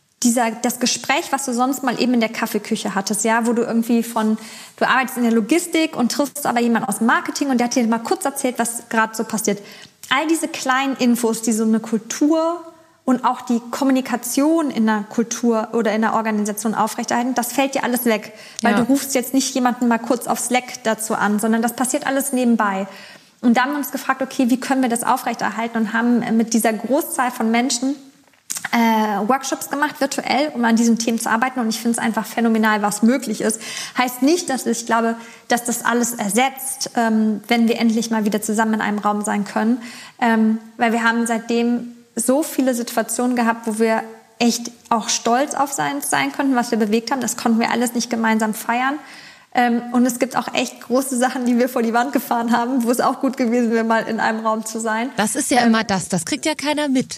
Gespräch, was du sonst mal eben in der Kaffeeküche hattest, ja, wo du irgendwie du arbeitest in der Logistik und triffst aber jemanden aus dem Marketing und der hat dir mal kurz erzählt, was gerade so passiert. All diese kleinen Infos, die so eine Kultur und auch die Kommunikation in der Kultur oder in der Organisation aufrechterhalten, das fällt dir alles weg. Weil du rufst jetzt nicht jemanden mal kurz auf Slack dazu an, sondern das passiert alles nebenbei. Und da haben wir uns gefragt, okay, wie können wir das aufrechterhalten und haben mit dieser Großzahl von Menschen Workshops gemacht, virtuell, um an diesen Themen zu arbeiten. Und ich finde es einfach phänomenal, was möglich ist. Heißt nicht, dass ich glaube, dass das alles ersetzt, wenn wir endlich mal wieder zusammen in einem Raum sein können. Weil wir haben seitdem so viele Situationen gehabt, wo wir echt auch stolz auf sein konnten, was wir bewegt haben. Das konnten wir alles nicht gemeinsam feiern. Und es gibt auch echt große Sachen, die wir vor die Wand gefahren haben, wo es auch gut gewesen wäre, mal in einem Raum zu sein. Das ist ja immer das kriegt ja keiner mit.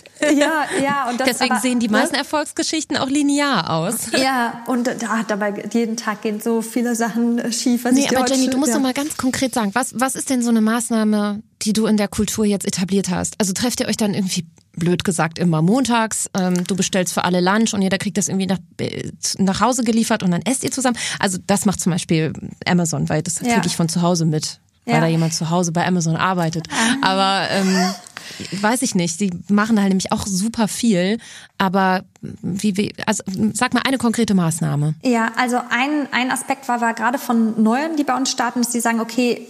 Ja. Und deswegen sehen die meisten Erfolgsgeschichten auch linear aus. Ja, und dabei jeden Tag gehen so viele Sachen schief. Aber Jenny, du musst doch mal ganz konkret sagen, was ist denn so eine Maßnahme, die du in der Kultur jetzt etabliert hast? Also trefft ihr euch dann irgendwie, blöd gesagt, immer montags, du bestellst für alle Lunch und jeder kriegt das irgendwie nach Hause geliefert und dann esst ihr zusammen. Also das macht zum Beispiel Amazon, weil das kriege ich von zu Hause mit, weil da jemand zu Hause bei Amazon arbeitet. Aber weiß ich nicht, die machen halt nämlich auch super viel, aber also sag mal eine konkrete Maßnahme. Ja, also ein Aspekt war gerade von Neuen, die bei uns starten, dass die sagen, okay,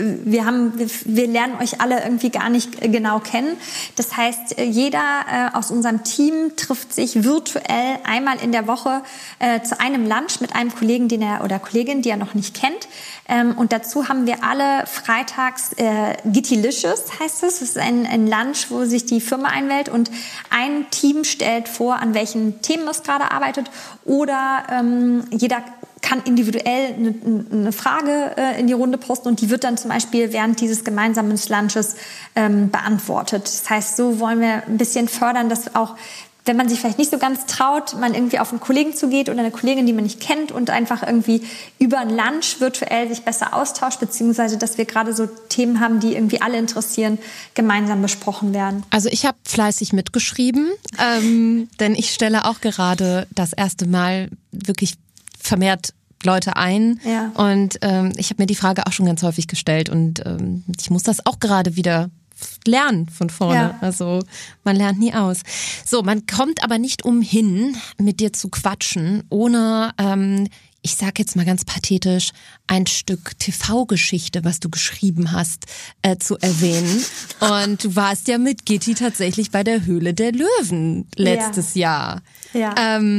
wir lernen euch alle irgendwie gar nicht genau kennen. Das heißt, jeder aus unserem Team trifft sich virtuell einmal in der Woche zu einem Lunch mit einem Kollegen, oder Kollegin, die er noch nicht kennt. Und dazu haben wir alle freitags Gittylicious, heißt es. Das ist ein Lunch, wo sich die Firma einwählt und ein Team stellt vor, an welchen Themen es gerade arbeitet. Oder jeder kann individuell eine Frage in die Runde posten und die wird dann zum Beispiel während dieses gemeinsamen Lunches beantwortet. Das heißt, so wollen wir ein bisschen fördern, dass auch, wenn man sich vielleicht nicht so ganz traut, man irgendwie auf einen Kollegen zugeht oder eine Kollegin, die man nicht kennt und einfach irgendwie über ein Lunch virtuell sich besser austauscht, beziehungsweise, dass wir gerade so Themen haben, die irgendwie alle interessieren, gemeinsam besprochen werden. Also ich habe fleißig mitgeschrieben, denn ich stelle auch gerade das erste Mal wirklich vermehrt Leute ein und ich habe mir die Frage auch schon ganz häufig gestellt und ich muss das auch gerade wieder lernen von vorne. Ja. Also man lernt nie aus. So, man kommt aber nicht umhin, mit dir zu quatschen, ohne, ich sag jetzt mal ganz pathetisch, ein Stück TV-Geschichte, was du geschrieben hast, zu erwähnen. Und du warst ja mit Gitti tatsächlich bei der Höhle der Löwen letztes Jahr. Ja.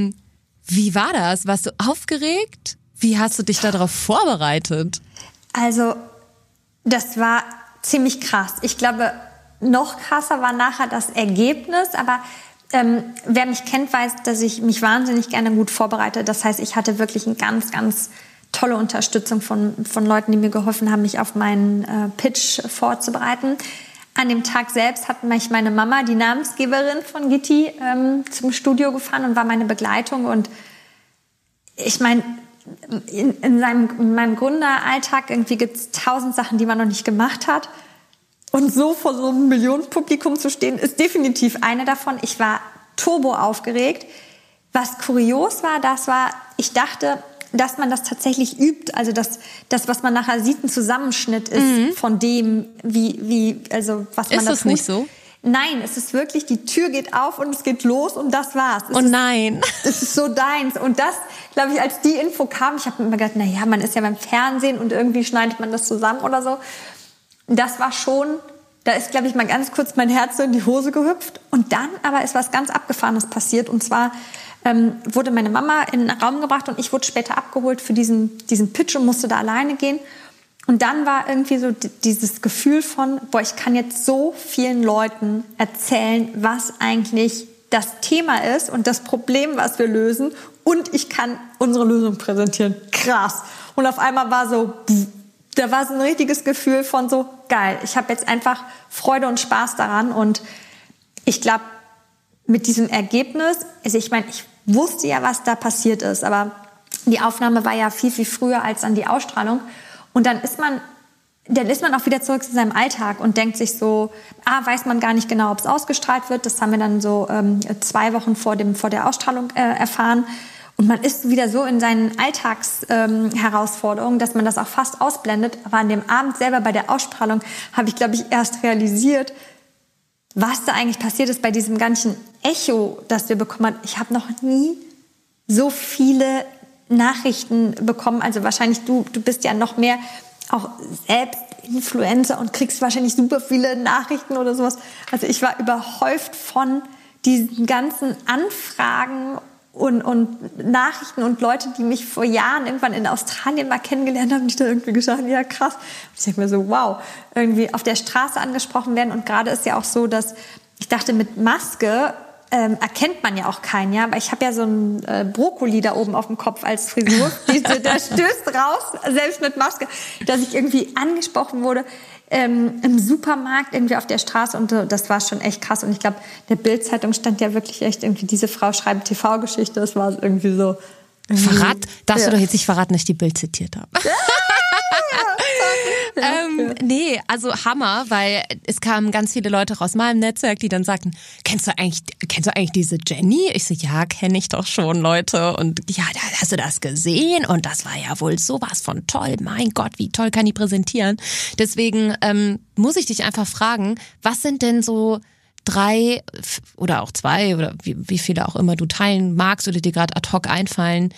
Wie war das? Warst du aufgeregt? Wie hast du dich darauf vorbereitet? Also, das war ziemlich krass. Ich glaube, noch krasser war nachher das Ergebnis, aber wer mich kennt, weiß, dass ich mich wahnsinnig gerne gut vorbereite. Das heißt, ich hatte wirklich eine ganz, ganz tolle Unterstützung von Leuten, die mir geholfen haben, mich auf meinen Pitch vorzubereiten. An dem Tag selbst hat mich meine Mama, die Namensgeberin von Gitti, zum Studio gefahren und war meine Begleitung. Und ich meine, in meinem Gründeralltag irgendwie gibt es 1000 Sachen, die man noch nicht gemacht hat. Und so vor so einem Millionenpublikum zu stehen, ist definitiv eine davon. Ich war turbo aufgeregt. Was kurios war, ich dachte, dass man das tatsächlich übt. Also das was man nachher sieht, ein Zusammenschnitt ist von dem, also was man da tut. Ist das nicht so? Nein, es ist wirklich, die Tür geht auf und es geht los und das war's. Nein. Es ist so deins. Und das, glaube ich, als die Info kam, ich habe mir immer gedacht, naja, man ist ja beim Fernsehen und irgendwie schneidet man das zusammen oder so. Das war schon, da ist, glaube ich, mal ganz kurz mein Herz so in die Hose gehüpft. Und dann aber ist was ganz Abgefahrenes passiert. Und zwar wurde meine Mama in den Raum gebracht und ich wurde später abgeholt für diesen Pitch und musste da alleine gehen. Und dann war irgendwie so dieses Gefühl von, boah, ich kann jetzt so vielen Leuten erzählen, was eigentlich das Thema ist und das Problem, was wir lösen. Und ich kann unsere Lösung präsentieren. Krass. Und auf einmal war so, da war so ein richtiges Gefühl von so, geil. Ich habe jetzt einfach Freude und Spaß daran. Und ich glaube, mit diesem Ergebnis, also ich meine, ich wusste ja, was da passiert ist, aber die Aufnahme war ja viel, viel früher als dann die Ausstrahlung. Und dann ist man auch wieder zurück zu seinem Alltag und denkt sich so, weiß man gar nicht genau, ob es ausgestrahlt wird. Das haben wir dann so 2 Wochen vor der Ausstrahlung erfahren. Und man ist wieder so in seinen Alltagsherausforderungen, dass man das auch fast ausblendet. Aber an dem Abend selber bei der Ausstrahlung habe ich, glaube ich, erst realisiert, was da eigentlich passiert ist bei diesem ganzen Echo, das wir bekommen haben. Ich habe noch nie so viele Nachrichten bekommen. Also wahrscheinlich du bist ja noch mehr auch selbst Influencer und kriegst wahrscheinlich super viele Nachrichten oder sowas. Also ich war überhäuft von diesen ganzen Anfragen und Nachrichten und Leute, die mich vor Jahren irgendwann in Australien mal kennengelernt haben, die da irgendwie gesagt haben, ja krass. Und ich denke mir so, wow, irgendwie auf der Straße angesprochen werden. Und gerade ist ja auch so, dass ich dachte, mit Maske erkennt man ja auch keinen, ja. Aber ich habe ja so einen Brokkoli da oben auf dem Kopf als Frisur. Der stößt raus, selbst mit Maske, dass ich irgendwie angesprochen wurde im Supermarkt, irgendwie auf der Straße. Und das war schon echt krass. Und ich glaube, der Bild-Zeitung stand ja wirklich echt irgendwie, diese Frau schreibt TV-Geschichte. Das war irgendwie so. Darfst du doch jetzt nicht verraten, dass ich die Bild zitiert habe? Nee, also Hammer, weil es kamen ganz viele Leute aus meinem Netzwerk, die dann sagten, kennst du eigentlich diese Jenny? Ich so, ja, kenne ich doch schon, Leute. Und ja, hast du das gesehen? Und das war ja wohl sowas von toll. Mein Gott, wie toll kann die präsentieren? Deswegen muss ich dich einfach fragen, was sind denn so 3 oder auch 2 oder wie viele auch immer du teilen magst oder dir gerade ad hoc einfallen,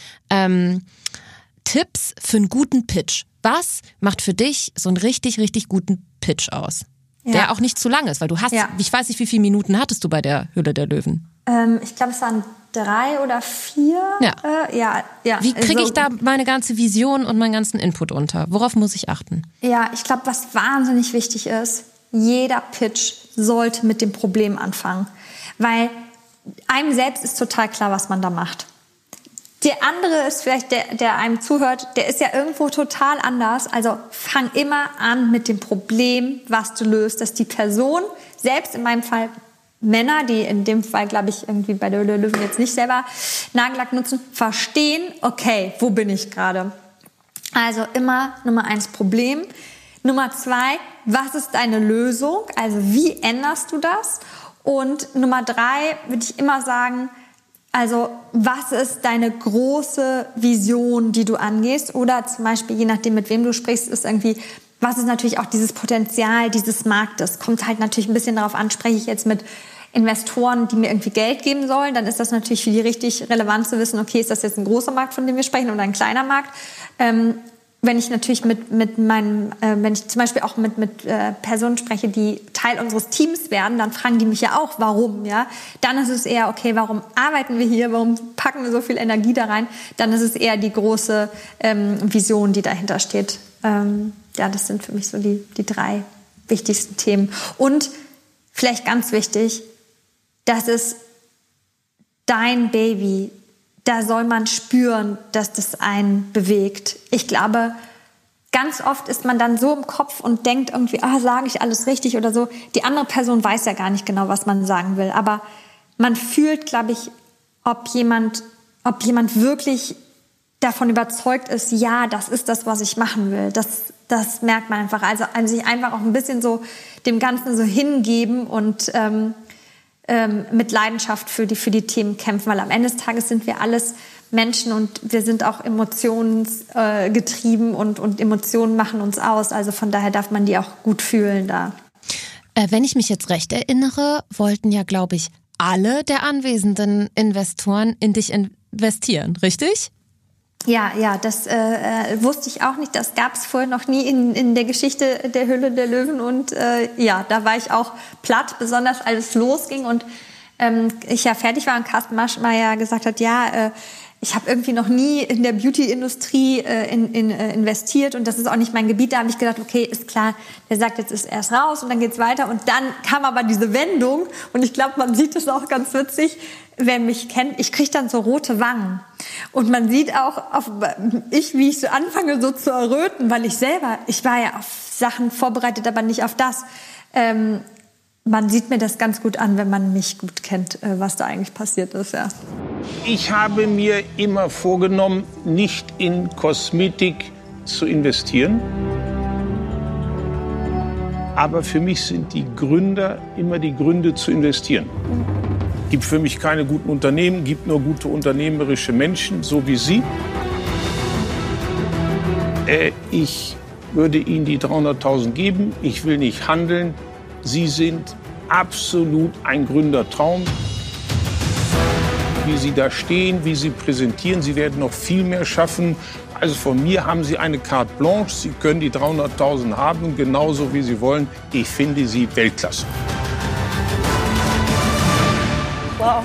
Tipps für einen guten Pitch? Was macht für dich so einen richtig, richtig guten Pitch aus? Ja. Der auch nicht zu lang ist, weil du hast, ich weiß nicht, wie viele Minuten hattest du bei der Höhle der Löwen? Ich glaube, es waren 3 oder 4. Ja. Wie kriege ich da meine ganze Vision und meinen ganzen Input unter? Worauf muss ich achten? Ja, ich glaube, was wahnsinnig wichtig ist, jeder Pitch sollte mit dem Problem anfangen. Weil einem selbst ist total klar, was man da macht. Der andere ist vielleicht, der einem zuhört, der ist ja irgendwo total anders. Also fang immer an mit dem Problem, was du löst, dass die Person, selbst in meinem Fall Männer, die in dem Fall, glaube ich, irgendwie bei der Höhle der Löwen jetzt nicht selber Nagellack nutzen, verstehen, okay, wo bin ich gerade? Also immer Nummer 1 Problem. Nummer 2, was ist deine Lösung? Also wie änderst du das? Und Nummer 3 würde ich immer sagen, also was ist deine große Vision, die du angehst? Oder zum Beispiel, je nachdem, mit wem du sprichst, ist irgendwie, was ist natürlich auch dieses Potenzial dieses Marktes? Kommt halt natürlich ein bisschen darauf an, spreche ich jetzt mit Investoren, die mir irgendwie Geld geben sollen, dann ist das natürlich für die richtig relevant zu wissen, okay, ist das jetzt ein großer Markt, von dem wir sprechen, oder ein kleiner Markt? Wenn ich natürlich wenn ich zum Beispiel auch mit Personen spreche, die Teil unseres Teams werden, dann fragen die mich ja auch, warum, ja? Dann ist es eher, okay, warum arbeiten wir hier? Warum packen wir so viel Energie da rein? Dann ist es eher die große Vision, die dahinter steht. Das sind für mich so die 3 wichtigsten Themen. Und vielleicht ganz wichtig, das ist dein Baby. Da soll man spüren, dass das einen bewegt. Ich glaube, ganz oft ist man dann so im Kopf und denkt irgendwie, sage ich alles richtig oder so. Die andere Person weiß ja gar nicht genau, was man sagen will. Aber man fühlt, glaube ich, ob jemand wirklich davon überzeugt ist, ja, das ist das, was ich machen will. Das merkt man einfach. Also sich einfach auch ein bisschen so dem Ganzen so hingeben und mit Leidenschaft für die Themen kämpfen, weil am Ende des Tages sind wir alles Menschen und wir sind auch emotionsgetrieben und Emotionen machen uns aus. Also von daher darf man die auch gut fühlen da. Wenn ich mich jetzt recht erinnere, wollten ja, glaube ich, alle der anwesenden Investoren in dich investieren, richtig? Ja, das wusste ich auch nicht. Das gab es vorher noch nie in der Geschichte der Höhle der Löwen. Und da war ich auch platt, besonders als es losging und ich ja fertig war und Carsten Maschmeyer gesagt hat, ich habe irgendwie noch nie in der Beauty-Industrie investiert und das ist auch nicht mein Gebiet. Da habe ich gedacht, okay, ist klar, der sagt, jetzt ist erst raus und dann geht's weiter. Und dann kam aber diese Wendung und ich glaube, man sieht es auch ganz witzig, wer mich kennt, ich kriege dann so rote Wangen. Und man sieht auch, wie ich so anfange so zu erröten, weil ich war ja auf Sachen vorbereitet, aber nicht auf das. Man sieht mir das ganz gut an, wenn man mich gut kennt, was da eigentlich passiert ist, ja. Ich habe mir immer vorgenommen, nicht in Kosmetik zu investieren. Aber für mich sind die Gründer immer die Gründe zu investieren. Es gibt für mich keine guten Unternehmen, gibt nur gute unternehmerische Menschen, so wie Sie. Ich würde Ihnen die 300.000 geben. Ich will nicht handeln. Sie sind absolut ein Gründertraum. Wie Sie da stehen, wie Sie präsentieren, Sie werden noch viel mehr schaffen. Also von mir haben Sie eine carte blanche. Sie können die 300.000 haben, genauso wie Sie wollen. Ich finde Sie Weltklasse. Wow,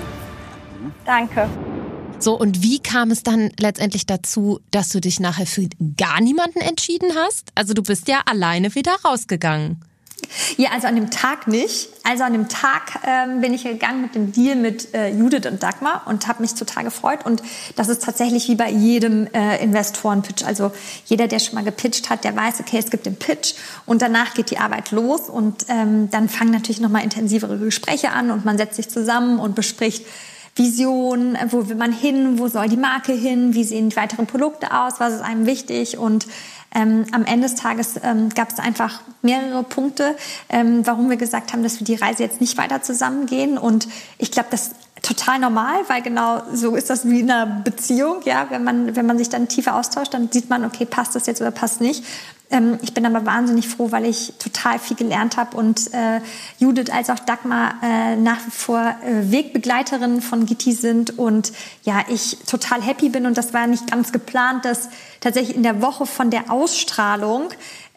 danke. So, und wie kam es dann letztendlich dazu, dass du dich nachher für gar niemanden entschieden hast? Also du bist ja alleine wieder rausgegangen. Ja, also an dem Tag nicht. Also an dem Tag bin ich gegangen mit dem Deal mit Judith und Dagmar und habe mich total gefreut. Und das ist tatsächlich wie bei jedem Investoren-Pitch. Also jeder, der schon mal gepitcht hat, der weiß, okay, es gibt den Pitch und danach geht die Arbeit los. Und dann fangen natürlich nochmal intensivere Gespräche an und man setzt sich zusammen und bespricht Vision, wo will man hin, wo soll die Marke hin, wie sehen die weiteren Produkte aus, was ist einem wichtig und am Ende des Tages gab es einfach mehrere Punkte, warum wir gesagt haben, dass wir die Reise jetzt nicht weiter zusammengehen. Und ich glaube, das ist total normal, weil genau so ist das wie in einer Beziehung. Ja, wenn man sich dann tiefer austauscht, dann sieht man, okay, passt das jetzt oder passt nicht. Ich bin aber wahnsinnig froh, weil ich total viel gelernt habe und Judith als auch Dagmar nach wie vor Wegbegleiterinnen von Gitti sind und ja, ich total happy bin und das war nicht ganz geplant, dass tatsächlich in der Woche von der Ausstrahlung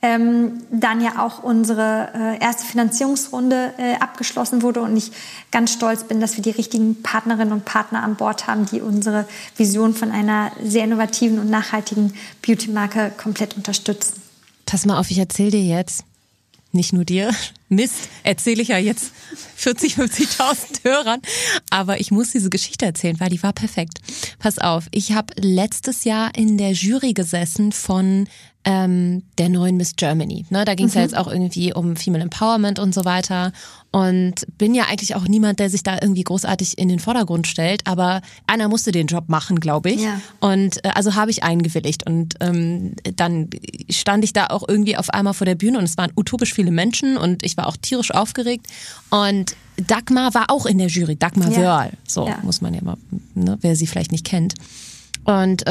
dann ja auch unsere erste Finanzierungsrunde abgeschlossen wurde und ich ganz stolz bin, dass wir die richtigen Partnerinnen und Partner an Bord haben, die unsere Vision von einer sehr innovativen und nachhaltigen Beauty-Marke komplett unterstützen. Pass mal auf, ich erzähle dir jetzt, nicht nur dir, Mist, erzähle ich ja jetzt 50.000 Hörern, aber ich muss diese Geschichte erzählen, weil die war perfekt. Pass auf, ich habe letztes Jahr in der Jury gesessen von der neuen Miss Germany. Ne, da ging es ja jetzt auch irgendwie um Female Empowerment und so weiter und bin ja eigentlich auch niemand, der sich da irgendwie großartig in den Vordergrund stellt, aber einer musste den Job machen, glaube ich. Ja. Und also habe ich eingewilligt und dann stand ich da auch irgendwie auf einmal vor der Bühne und es waren utopisch viele Menschen und ich war auch tierisch aufgeregt und Dagmar war auch in der Jury, Dagmar Wörl, so muss man ja mal, ne, wer sie vielleicht nicht kennt. Und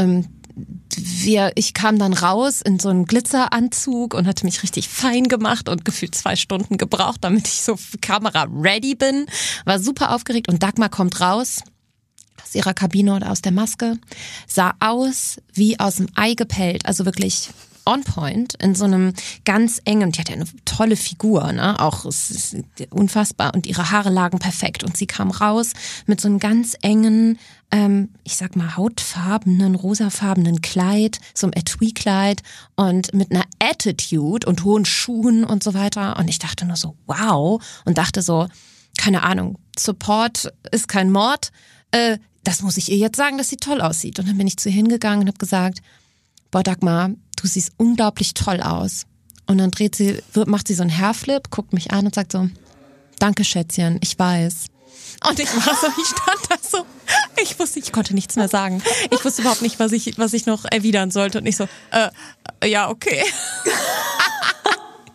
ich kam dann raus in so einen Glitzeranzug und hatte mich richtig fein gemacht und gefühlt 2 Stunden gebraucht, damit ich so für Kamera ready bin. War super aufgeregt und Dagmar kommt raus aus ihrer Kabine oder aus der Maske, sah aus wie aus dem Ei gepellt, also wirklich on point, in so einem ganz engen, die hat ja eine tolle Figur, ne? Auch es ist unfassbar und ihre Haare lagen perfekt und sie kam raus mit so einem ganz engen, ich sag mal hautfarbenen, rosafarbenen Kleid, so einem Etui-Kleid und mit einer Attitude und hohen Schuhen und so weiter und ich dachte nur so, wow, und dachte so, keine Ahnung, Support ist kein Mord, das muss ich ihr jetzt sagen, dass sie toll aussieht. Und dann bin ich zu ihr hingegangen und habe gesagt, boah Dagmar, du siehst unglaublich toll aus. Und dann macht sie so einen Hairflip, guckt mich an und sagt so, danke Schätzchen, ich weiß. Und ich war so, ich stand da so, ich konnte nichts mehr sagen. Ich wusste überhaupt nicht, was ich noch erwidern sollte. Und ich so, ja, okay.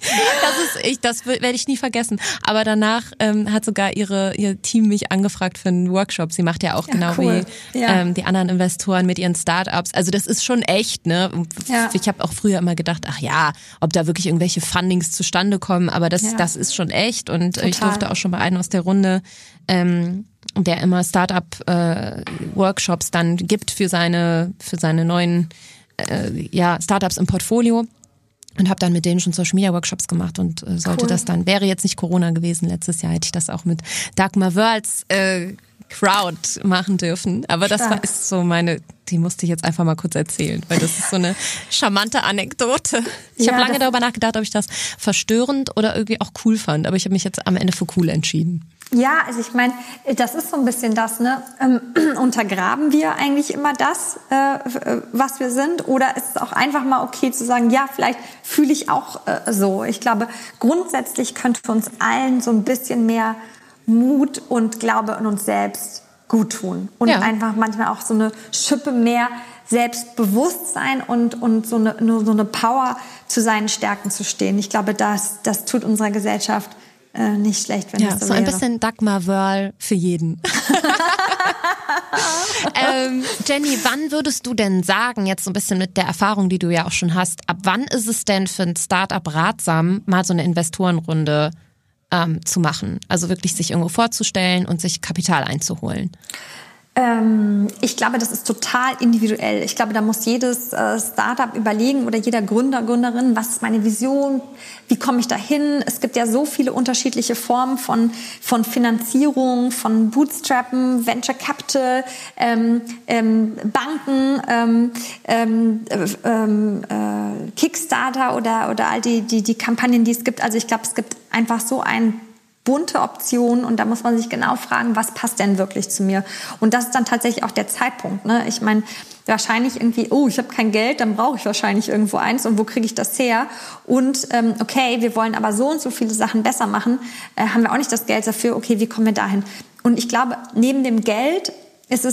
Das werde ich nie vergessen. Aber danach hat sogar ihr Team mich angefragt für einen Workshop. Sie macht ja auch cool. Wie die anderen Investoren mit ihren Startups. Also das ist schon echt, ne? Ja. Ich habe auch früher immer gedacht, ach ja, ob da wirklich irgendwelche Fundings zustande kommen, aber das ist schon echt. Und ich durfte auch schon bei einem aus der Runde, der immer Startup-Workshops dann gibt für seine neuen Startups im Portfolio. Und habe dann mit denen schon Social Media Workshops gemacht und sollte das dann, wäre jetzt nicht Corona gewesen, letztes Jahr hätte ich das auch mit Dagmar Wörls Crowd machen dürfen. Aber das ist so die musste ich jetzt einfach mal kurz erzählen, weil das ist so eine charmante Anekdote. Ich habe lange darüber nachgedacht, ob ich das verstörend oder irgendwie auch cool fand, aber ich habe mich jetzt am Ende für cool entschieden. Ja, also ich meine, das ist so ein bisschen das, ne? Untergraben wir eigentlich immer das, was wir sind? Oder ist es auch einfach mal okay zu sagen, ja, vielleicht fühle ich auch so. Ich glaube, grundsätzlich könnte für uns allen so ein bisschen mehr Mut und Glaube in uns selbst gut tun. Und einfach manchmal auch so eine Schippe mehr Selbstbewusstsein und so eine Power zu seinen Stärken zu stehen. Ich glaube, das tut unserer Gesellschaft nicht schlecht, wenn das so wäre. Ein bisschen Dagmar Wörl für jeden. Jenny, wann würdest du denn sagen, jetzt so ein bisschen mit der Erfahrung, die du ja auch schon hast, ab wann ist es denn für ein Startup ratsam, mal so eine Investorenrunde zu machen? Also wirklich sich irgendwo vorzustellen und sich Kapital einzuholen? Ich glaube, das ist total individuell. Ich glaube, da muss jedes Startup überlegen oder jeder Gründer, Gründerin, was ist meine Vision, wie komme ich dahin? Es gibt ja so viele unterschiedliche Formen von Finanzierung, von Bootstrappen, Venture Capital, Banken, Kickstarter oder all die Kampagnen, die es gibt. Also ich glaube, es gibt einfach so ein bunte Optionen und da muss man sich genau fragen, was passt denn wirklich zu mir? Und das ist dann tatsächlich auch der Zeitpunkt. Ne? Ich meine, wahrscheinlich irgendwie, ich habe kein Geld, dann brauche ich wahrscheinlich irgendwo eins und wo kriege ich das her? Und okay, wir wollen aber so und so viele Sachen besser machen, haben wir auch nicht das Geld dafür, okay, wie kommen wir dahin? Und ich glaube, neben dem Geld ist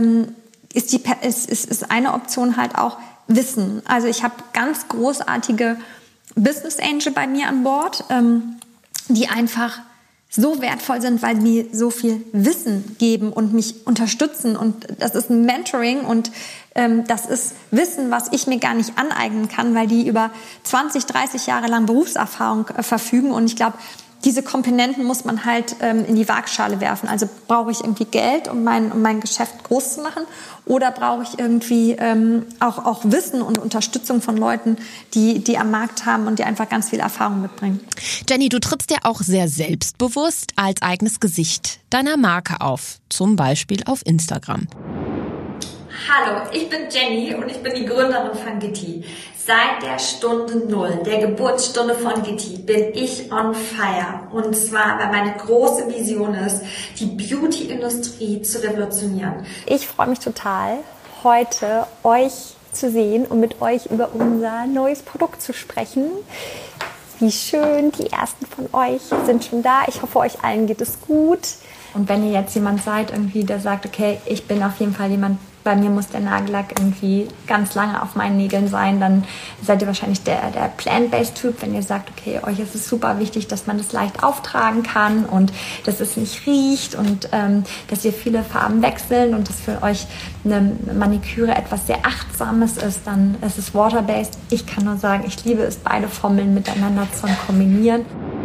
eine Option halt auch Wissen. Also ich habe ganz großartige Business Angel bei mir an Bord, die einfach so wertvoll sind, weil mir so viel Wissen geben und mich unterstützen. Und das ist ein Mentoring und das ist Wissen, was ich mir gar nicht aneignen kann, weil die über 20, 30 Jahre lang Berufserfahrung verfügen. Und ich glaube, diese Komponenten muss man halt in die Waagschale werfen. Also brauche ich irgendwie Geld, um mein Geschäft groß zu machen? Oder brauche ich irgendwie auch Wissen und Unterstützung von Leuten, die am Markt haben und die einfach ganz viel Erfahrung mitbringen? Jenny, du trittst ja auch sehr selbstbewusst als eigenes Gesicht deiner Marke auf. Zum Beispiel auf Instagram. Hallo, ich bin Jenny und ich bin die Gründerin von Gitti. Seit der Stunde 0, der Geburtsstunde von Gitti, bin ich on fire. Und zwar, weil meine große Vision ist, die Beauty-Industrie zu revolutionieren. Ich freue mich total, heute euch zu sehen und mit euch über unser neues Produkt zu sprechen. Wie schön, die ersten von euch sind schon da. Ich hoffe, euch allen geht es gut. Und wenn ihr jetzt jemand seid, irgendwie, der sagt, okay, ich bin auf jeden Fall jemand, bei mir muss der Nagellack irgendwie ganz lange auf meinen Nägeln sein, dann seid ihr wahrscheinlich der Plant-Based-Typ, wenn ihr sagt, okay, euch ist es super wichtig, dass man das leicht auftragen kann und dass es nicht riecht und dass ihr viele Farben wechseln und dass für euch eine Maniküre etwas sehr Achtsames ist, dann ist es Water-Based. Ich kann nur sagen, ich liebe es, beide Formeln miteinander zu kombinieren.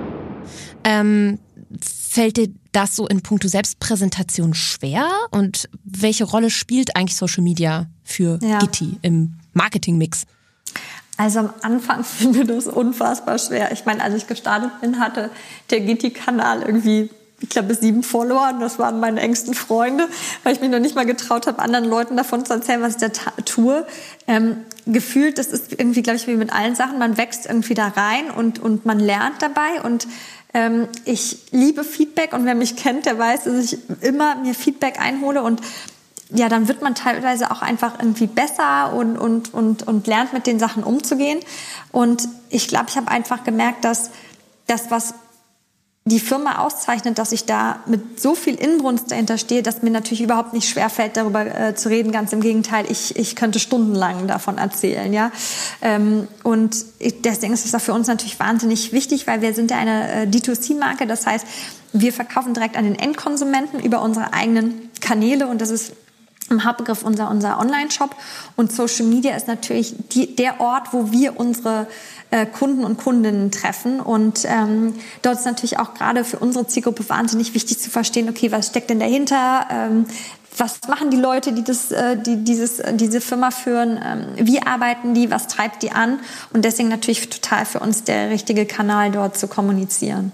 Fällt dir das so in puncto Selbstpräsentation schwer? Und welche Rolle spielt eigentlich Social Media für Gitti im Marketingmix? Also am Anfang fiel mir das unfassbar schwer. Ich meine, als ich gestartet bin, hatte der Gitti-Kanal irgendwie, ich glaube, 7 Follower. Und das waren meine engsten Freunde, weil ich mich noch nicht mal getraut habe, anderen Leuten davon zu erzählen, was ich da tue. Gefühlt, das ist irgendwie, glaube ich, wie mit allen Sachen, man wächst irgendwie da rein und man lernt dabei und ich liebe Feedback und wer mich kennt, der weiß, dass ich immer mir Feedback einhole und ja, dann wird man teilweise auch einfach irgendwie besser und lernt mit den Sachen umzugehen. Und ich glaube, ich habe einfach gemerkt, dass das, was die Firma auszeichnet, dass ich da mit so viel Inbrunst dahinter stehe, dass mir natürlich überhaupt nicht schwerfällt, darüber zu reden. Ganz im Gegenteil, ich könnte stundenlang davon erzählen. Ja? Und deswegen ist es auch für uns natürlich wahnsinnig wichtig, weil wir sind ja eine D2C-Marke. Das heißt, wir verkaufen direkt an den Endkonsumenten über unsere eigenen Kanäle und das ist im Hauptbegriff unser Online-Shop. Und Social Media ist natürlich der Ort, wo wir unsere Kunden und Kundinnen treffen. Und dort ist natürlich auch gerade für unsere Zielgruppe wahnsinnig wichtig zu verstehen, okay, was steckt denn dahinter? Was machen die Leute, die diese Firma führen? Wie arbeiten die? Was treibt die an? Und deswegen natürlich total für uns der richtige Kanal, dort zu kommunizieren.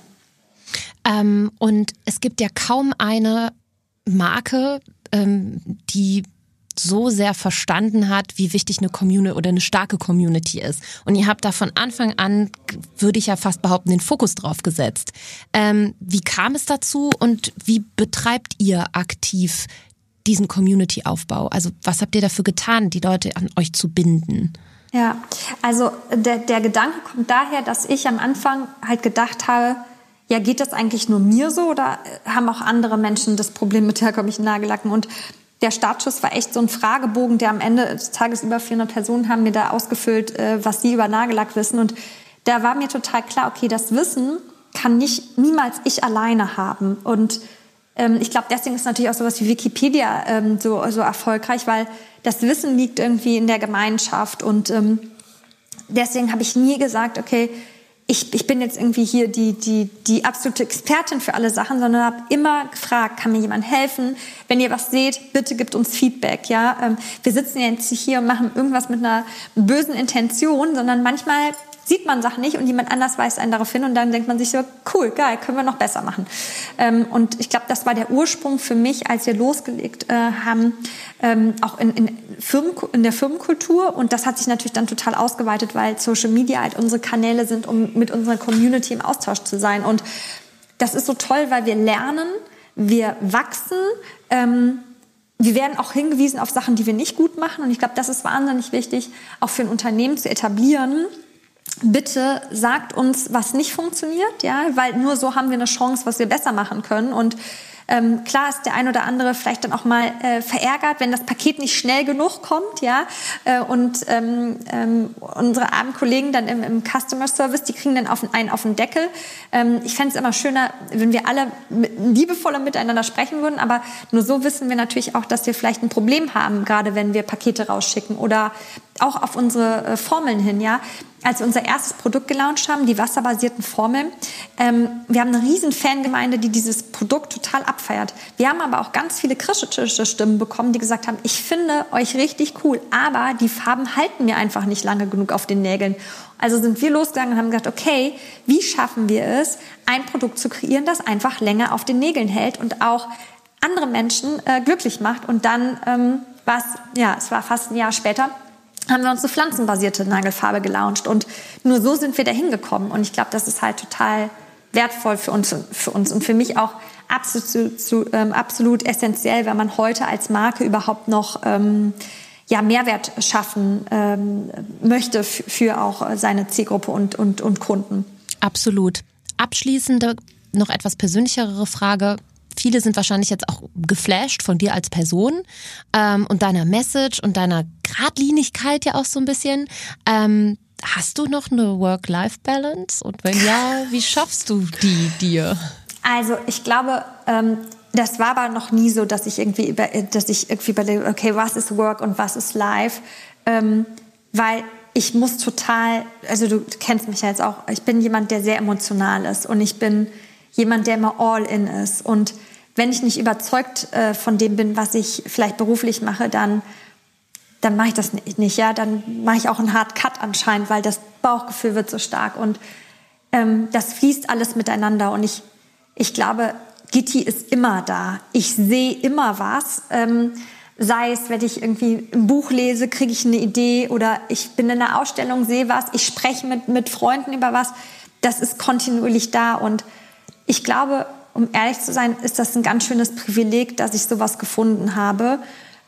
Und es gibt ja kaum eine Marke, die so sehr verstanden hat, wie wichtig eine Community oder eine starke Community ist. Und ihr habt da von Anfang an, würde ich ja fast behaupten, den Fokus drauf gesetzt. Wie kam es dazu und wie betreibt ihr aktiv diesen Community-Aufbau? Also was habt ihr dafür getan, die Leute an euch zu binden? Ja, also der Gedanke kommt daher, dass ich am Anfang halt gedacht habe, ja, geht das eigentlich nur mir so oder haben auch andere Menschen das Problem mit herkömmlichen Nagellacken? Und der Startschuss war echt so ein Fragebogen, der am Ende des Tages über 400 Personen haben mir da ausgefüllt, was sie über Nagellack wissen. Und da war mir total klar, okay, das Wissen kann niemals ich alleine haben. Und ich glaube, deswegen ist natürlich auch sowas wie Wikipedia so erfolgreich, weil das Wissen liegt irgendwie in der Gemeinschaft. Und deswegen habe ich nie gesagt, okay, ich bin jetzt irgendwie hier die absolute Expertin für alle Sachen, sondern habe immer gefragt, kann mir jemand helfen? Wenn ihr was seht, bitte gebt uns Feedback. Ja? Wir sitzen ja jetzt hier und machen irgendwas mit einer bösen Intention, sondern manchmal sieht man Sachen nicht und jemand anders weist einen darauf hin und dann denkt man sich so, cool, geil, können wir noch besser machen. Und ich glaube, das war der Ursprung für mich, als wir losgelegt haben, auch in der Firmenkultur. Und das hat sich natürlich dann total ausgeweitet, weil Social Media halt unsere Kanäle sind, um mit unserer Community im Austausch zu sein. Und das ist so toll, weil wir lernen, wir wachsen, wir werden auch hingewiesen auf Sachen, die wir nicht gut machen. Und ich glaube, das ist wahnsinnig wichtig, auch für ein Unternehmen zu etablieren. Bitte sagt uns, was nicht funktioniert, ja, weil nur so haben wir eine Chance, was wir besser machen können. Und klar ist der ein oder andere vielleicht dann auch mal verärgert, wenn das Paket nicht schnell genug kommt, ja. Und unsere armen Kollegen dann im Customer Service, die kriegen dann einen auf den Deckel. Ich fände es immer schöner, wenn wir alle liebevoller miteinander sprechen würden, aber nur so wissen wir natürlich auch, dass wir vielleicht ein Problem haben, gerade wenn wir Pakete rausschicken oder auch auf unsere Formeln hin, ja. Als wir unser erstes Produkt gelauncht haben, die wasserbasierten Formeln, wir haben eine riesen Fangemeinde, die dieses Produkt total abfeiert. Wir haben aber auch ganz viele kritische Stimmen bekommen, die gesagt haben, ich finde euch richtig cool, aber die Farben halten mir einfach nicht lange genug auf den Nägeln. Also sind wir losgegangen und haben gesagt, okay, wie schaffen wir es, ein Produkt zu kreieren, das einfach länger auf den Nägeln hält und auch andere Menschen glücklich macht. Und dann es war fast ein Jahr später, haben wir uns eine pflanzenbasierte Nagelfarbe gelauncht. Und nur so sind wir da hingekommen. Und ich glaube, das ist halt total wertvoll für uns und für mich auch absolut essentiell, wenn man heute als Marke überhaupt noch Mehrwert schaffen möchte für auch seine Zielgruppe und Kunden. Absolut. Abschließend noch etwas persönlichere Frage. Viele sind wahrscheinlich jetzt auch geflasht von dir als Person und deiner Message und deiner Gradlinigkeit ja auch so ein bisschen. Hast du noch eine Work-Life-Balance? Und wenn ja, wie schaffst du die dir? Also ich glaube, das war aber noch nie so, dass ich irgendwie überlege, okay, was ist Work und was ist Life? Weil ich muss total, also du kennst mich ja jetzt auch, ich bin jemand, der sehr emotional ist und ich bin jemand, der immer all in ist. Und wenn ich nicht überzeugt von dem bin, was ich vielleicht beruflich mache, dann mache ich das nicht. Ja? Dann mache ich auch einen Hard Cut anscheinend, weil das Bauchgefühl wird so stark. Und das fließt alles miteinander. Und ich glaube, Gitti ist immer da. Ich sehe immer was. Sei es, wenn ich irgendwie ein Buch lese, kriege ich eine Idee. Oder ich bin in einer Ausstellung, sehe was. Ich spreche mit Freunden über was. Das ist kontinuierlich da. Und ich glaube, um ehrlich zu sein, ist das ein ganz schönes Privileg, dass ich sowas gefunden habe.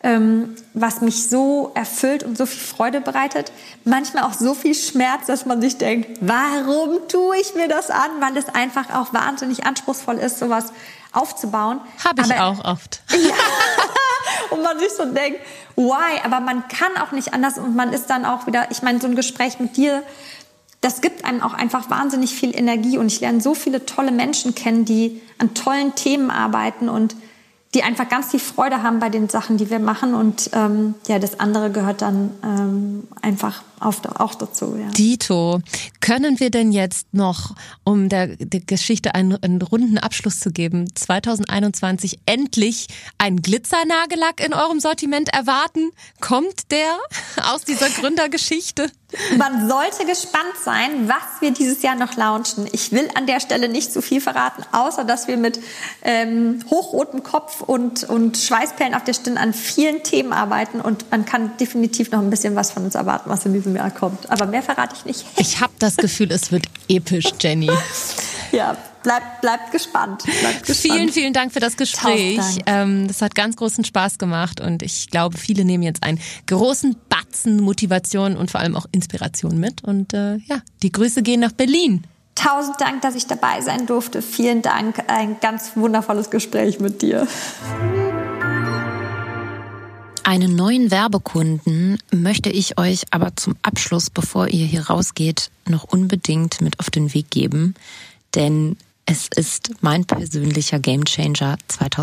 was mich so erfüllt und so viel Freude bereitet. Manchmal auch so viel Schmerz, dass man sich denkt, warum tue ich mir das an? Weil es einfach auch wahnsinnig anspruchsvoll ist, sowas aufzubauen. Habe ich auch oft. Ja. Und man sich so denkt, why? Aber man kann auch nicht anders und man ist dann auch wieder, ich meine, so ein Gespräch mit dir, das gibt einem auch einfach wahnsinnig viel Energie und ich lerne so viele tolle Menschen kennen, die an tollen Themen arbeiten und die einfach ganz viel Freude haben bei den Sachen, die wir machen. Und das andere gehört dann einfach auch dazu. Ja. Dito, können wir denn jetzt noch, um der Geschichte einen runden Abschluss zu geben, 2021 endlich einen Glitzernagellack in eurem Sortiment erwarten? Kommt der aus dieser Gründergeschichte? Man sollte gespannt sein, was wir dieses Jahr noch launchen. Ich will an der Stelle nicht zu viel verraten, außer dass wir mit hochrotem Kopf und Schweißperlen auf der Stirn an vielen Themen arbeiten und man kann definitiv noch ein bisschen was von uns erwarten, was in diesem Jahr kommt. Aber mehr verrate ich nicht. Ich habe das Gefühl, es wird episch, Jenny. Ja, bleibt gespannt. Vielen, vielen Dank für das Gespräch. Das hat ganz großen Spaß gemacht und ich glaube, viele nehmen jetzt einen großen Batzen Motivation und vor allem auch Inspiration mit. Und die Grüße gehen nach Berlin. 1000 Dank, dass ich dabei sein durfte. Vielen Dank. Ein ganz wundervolles Gespräch mit dir. Einen neuen Werbekunden möchte ich euch aber zum Abschluss, bevor ihr hier rausgeht, noch unbedingt mit auf den Weg geben. Denn es ist mein persönlicher Gamechanger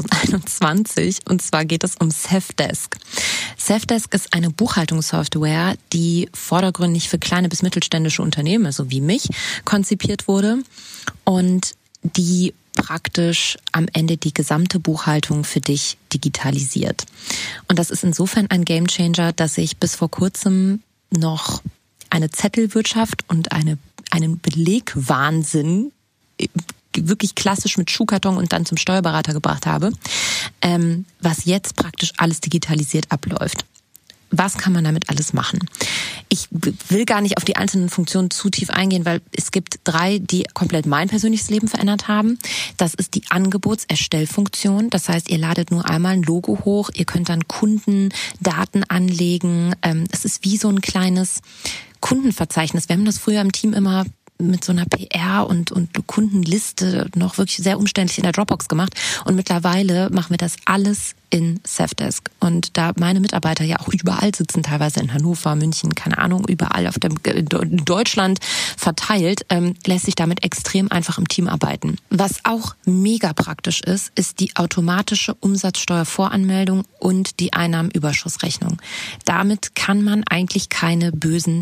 2021 und zwar geht es um Safdesk. Safdesk ist eine Buchhaltungssoftware, die vordergründig für kleine bis mittelständische Unternehmen, also wie mich, konzipiert wurde und die praktisch am Ende die gesamte Buchhaltung für dich digitalisiert. Und das ist insofern ein Gamechanger, dass ich bis vor kurzem noch eine Zettelwirtschaft und einen Belegwahnsinn wirklich klassisch mit Schuhkarton und dann zum Steuerberater gebracht habe, was jetzt praktisch alles digitalisiert abläuft. Was kann man damit alles machen? Ich will gar nicht auf die einzelnen Funktionen zu tief eingehen, weil es gibt 3, die komplett mein persönliches Leben verändert haben. Das ist die Angebotserstellfunktion. Das heißt, ihr ladet nur einmal ein Logo hoch, ihr könnt dann Kundendaten anlegen. Es ist wie so ein kleines Kundenverzeichnis. Wir haben das früher im Team immer mit so einer PR und Kundenliste noch wirklich sehr umständlich in der Dropbox gemacht. Und mittlerweile machen wir das alles in Safdesk. Und da meine Mitarbeiter ja auch überall sitzen, teilweise in Hannover, München, keine Ahnung, überall in Deutschland verteilt, lässt sich damit extrem einfach im Team arbeiten. Was auch mega praktisch ist, ist die automatische Umsatzsteuervoranmeldung und die Einnahmenüberschussrechnung. Damit kann man eigentlich keine bösen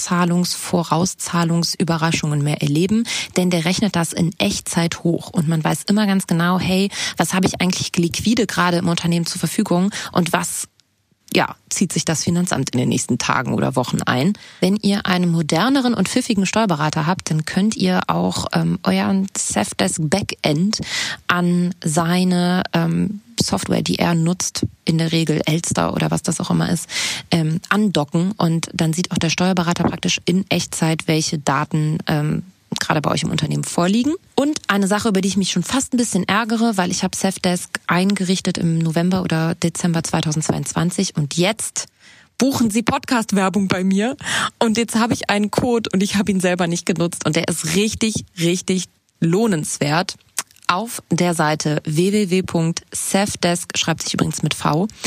Nachzahlungs-, mehr erleben, denn der rechnet das in Echtzeit hoch und man weiß immer ganz genau, hey, was habe ich eigentlich liquide gerade im Unternehmen zur Verfügung und was zieht sich das Finanzamt in den nächsten Tagen oder Wochen ein. Wenn ihr einen moderneren und pfiffigen Steuerberater habt, dann könnt ihr auch euren Safdesk Backend an seine Software, die er nutzt, in der Regel Elster oder was das auch immer ist, andocken und dann sieht auch der Steuerberater praktisch in Echtzeit, welche Daten gerade bei euch im Unternehmen vorliegen. Und eine Sache, über die ich mich schon fast ein bisschen ärgere, weil ich habe Safdesk eingerichtet im November oder Dezember 2022 und jetzt buchen Sie Podcast-Werbung bei mir und jetzt habe ich einen Code und ich habe ihn selber nicht genutzt und der ist richtig, richtig lohnenswert. Auf der Seite www.safdesk, schreibt sich übrigens mit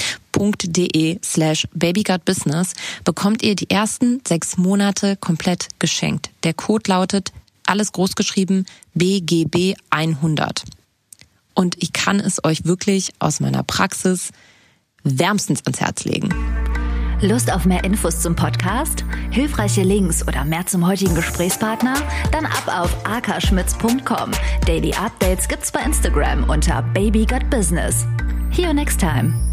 v.de/babygutbusiness, bekommt ihr die ersten 6 Monate komplett geschenkt. Der Code lautet, alles groß geschrieben, BGB 100. Und ich kann es euch wirklich aus meiner Praxis wärmstens ans Herz legen. Lust auf mehr Infos zum Podcast? Hilfreiche Links oder mehr zum heutigen Gesprächspartner? Dann ab auf akaschmitz.com. Daily Updates gibt's bei Instagram unter babygutbusiness. See you next time.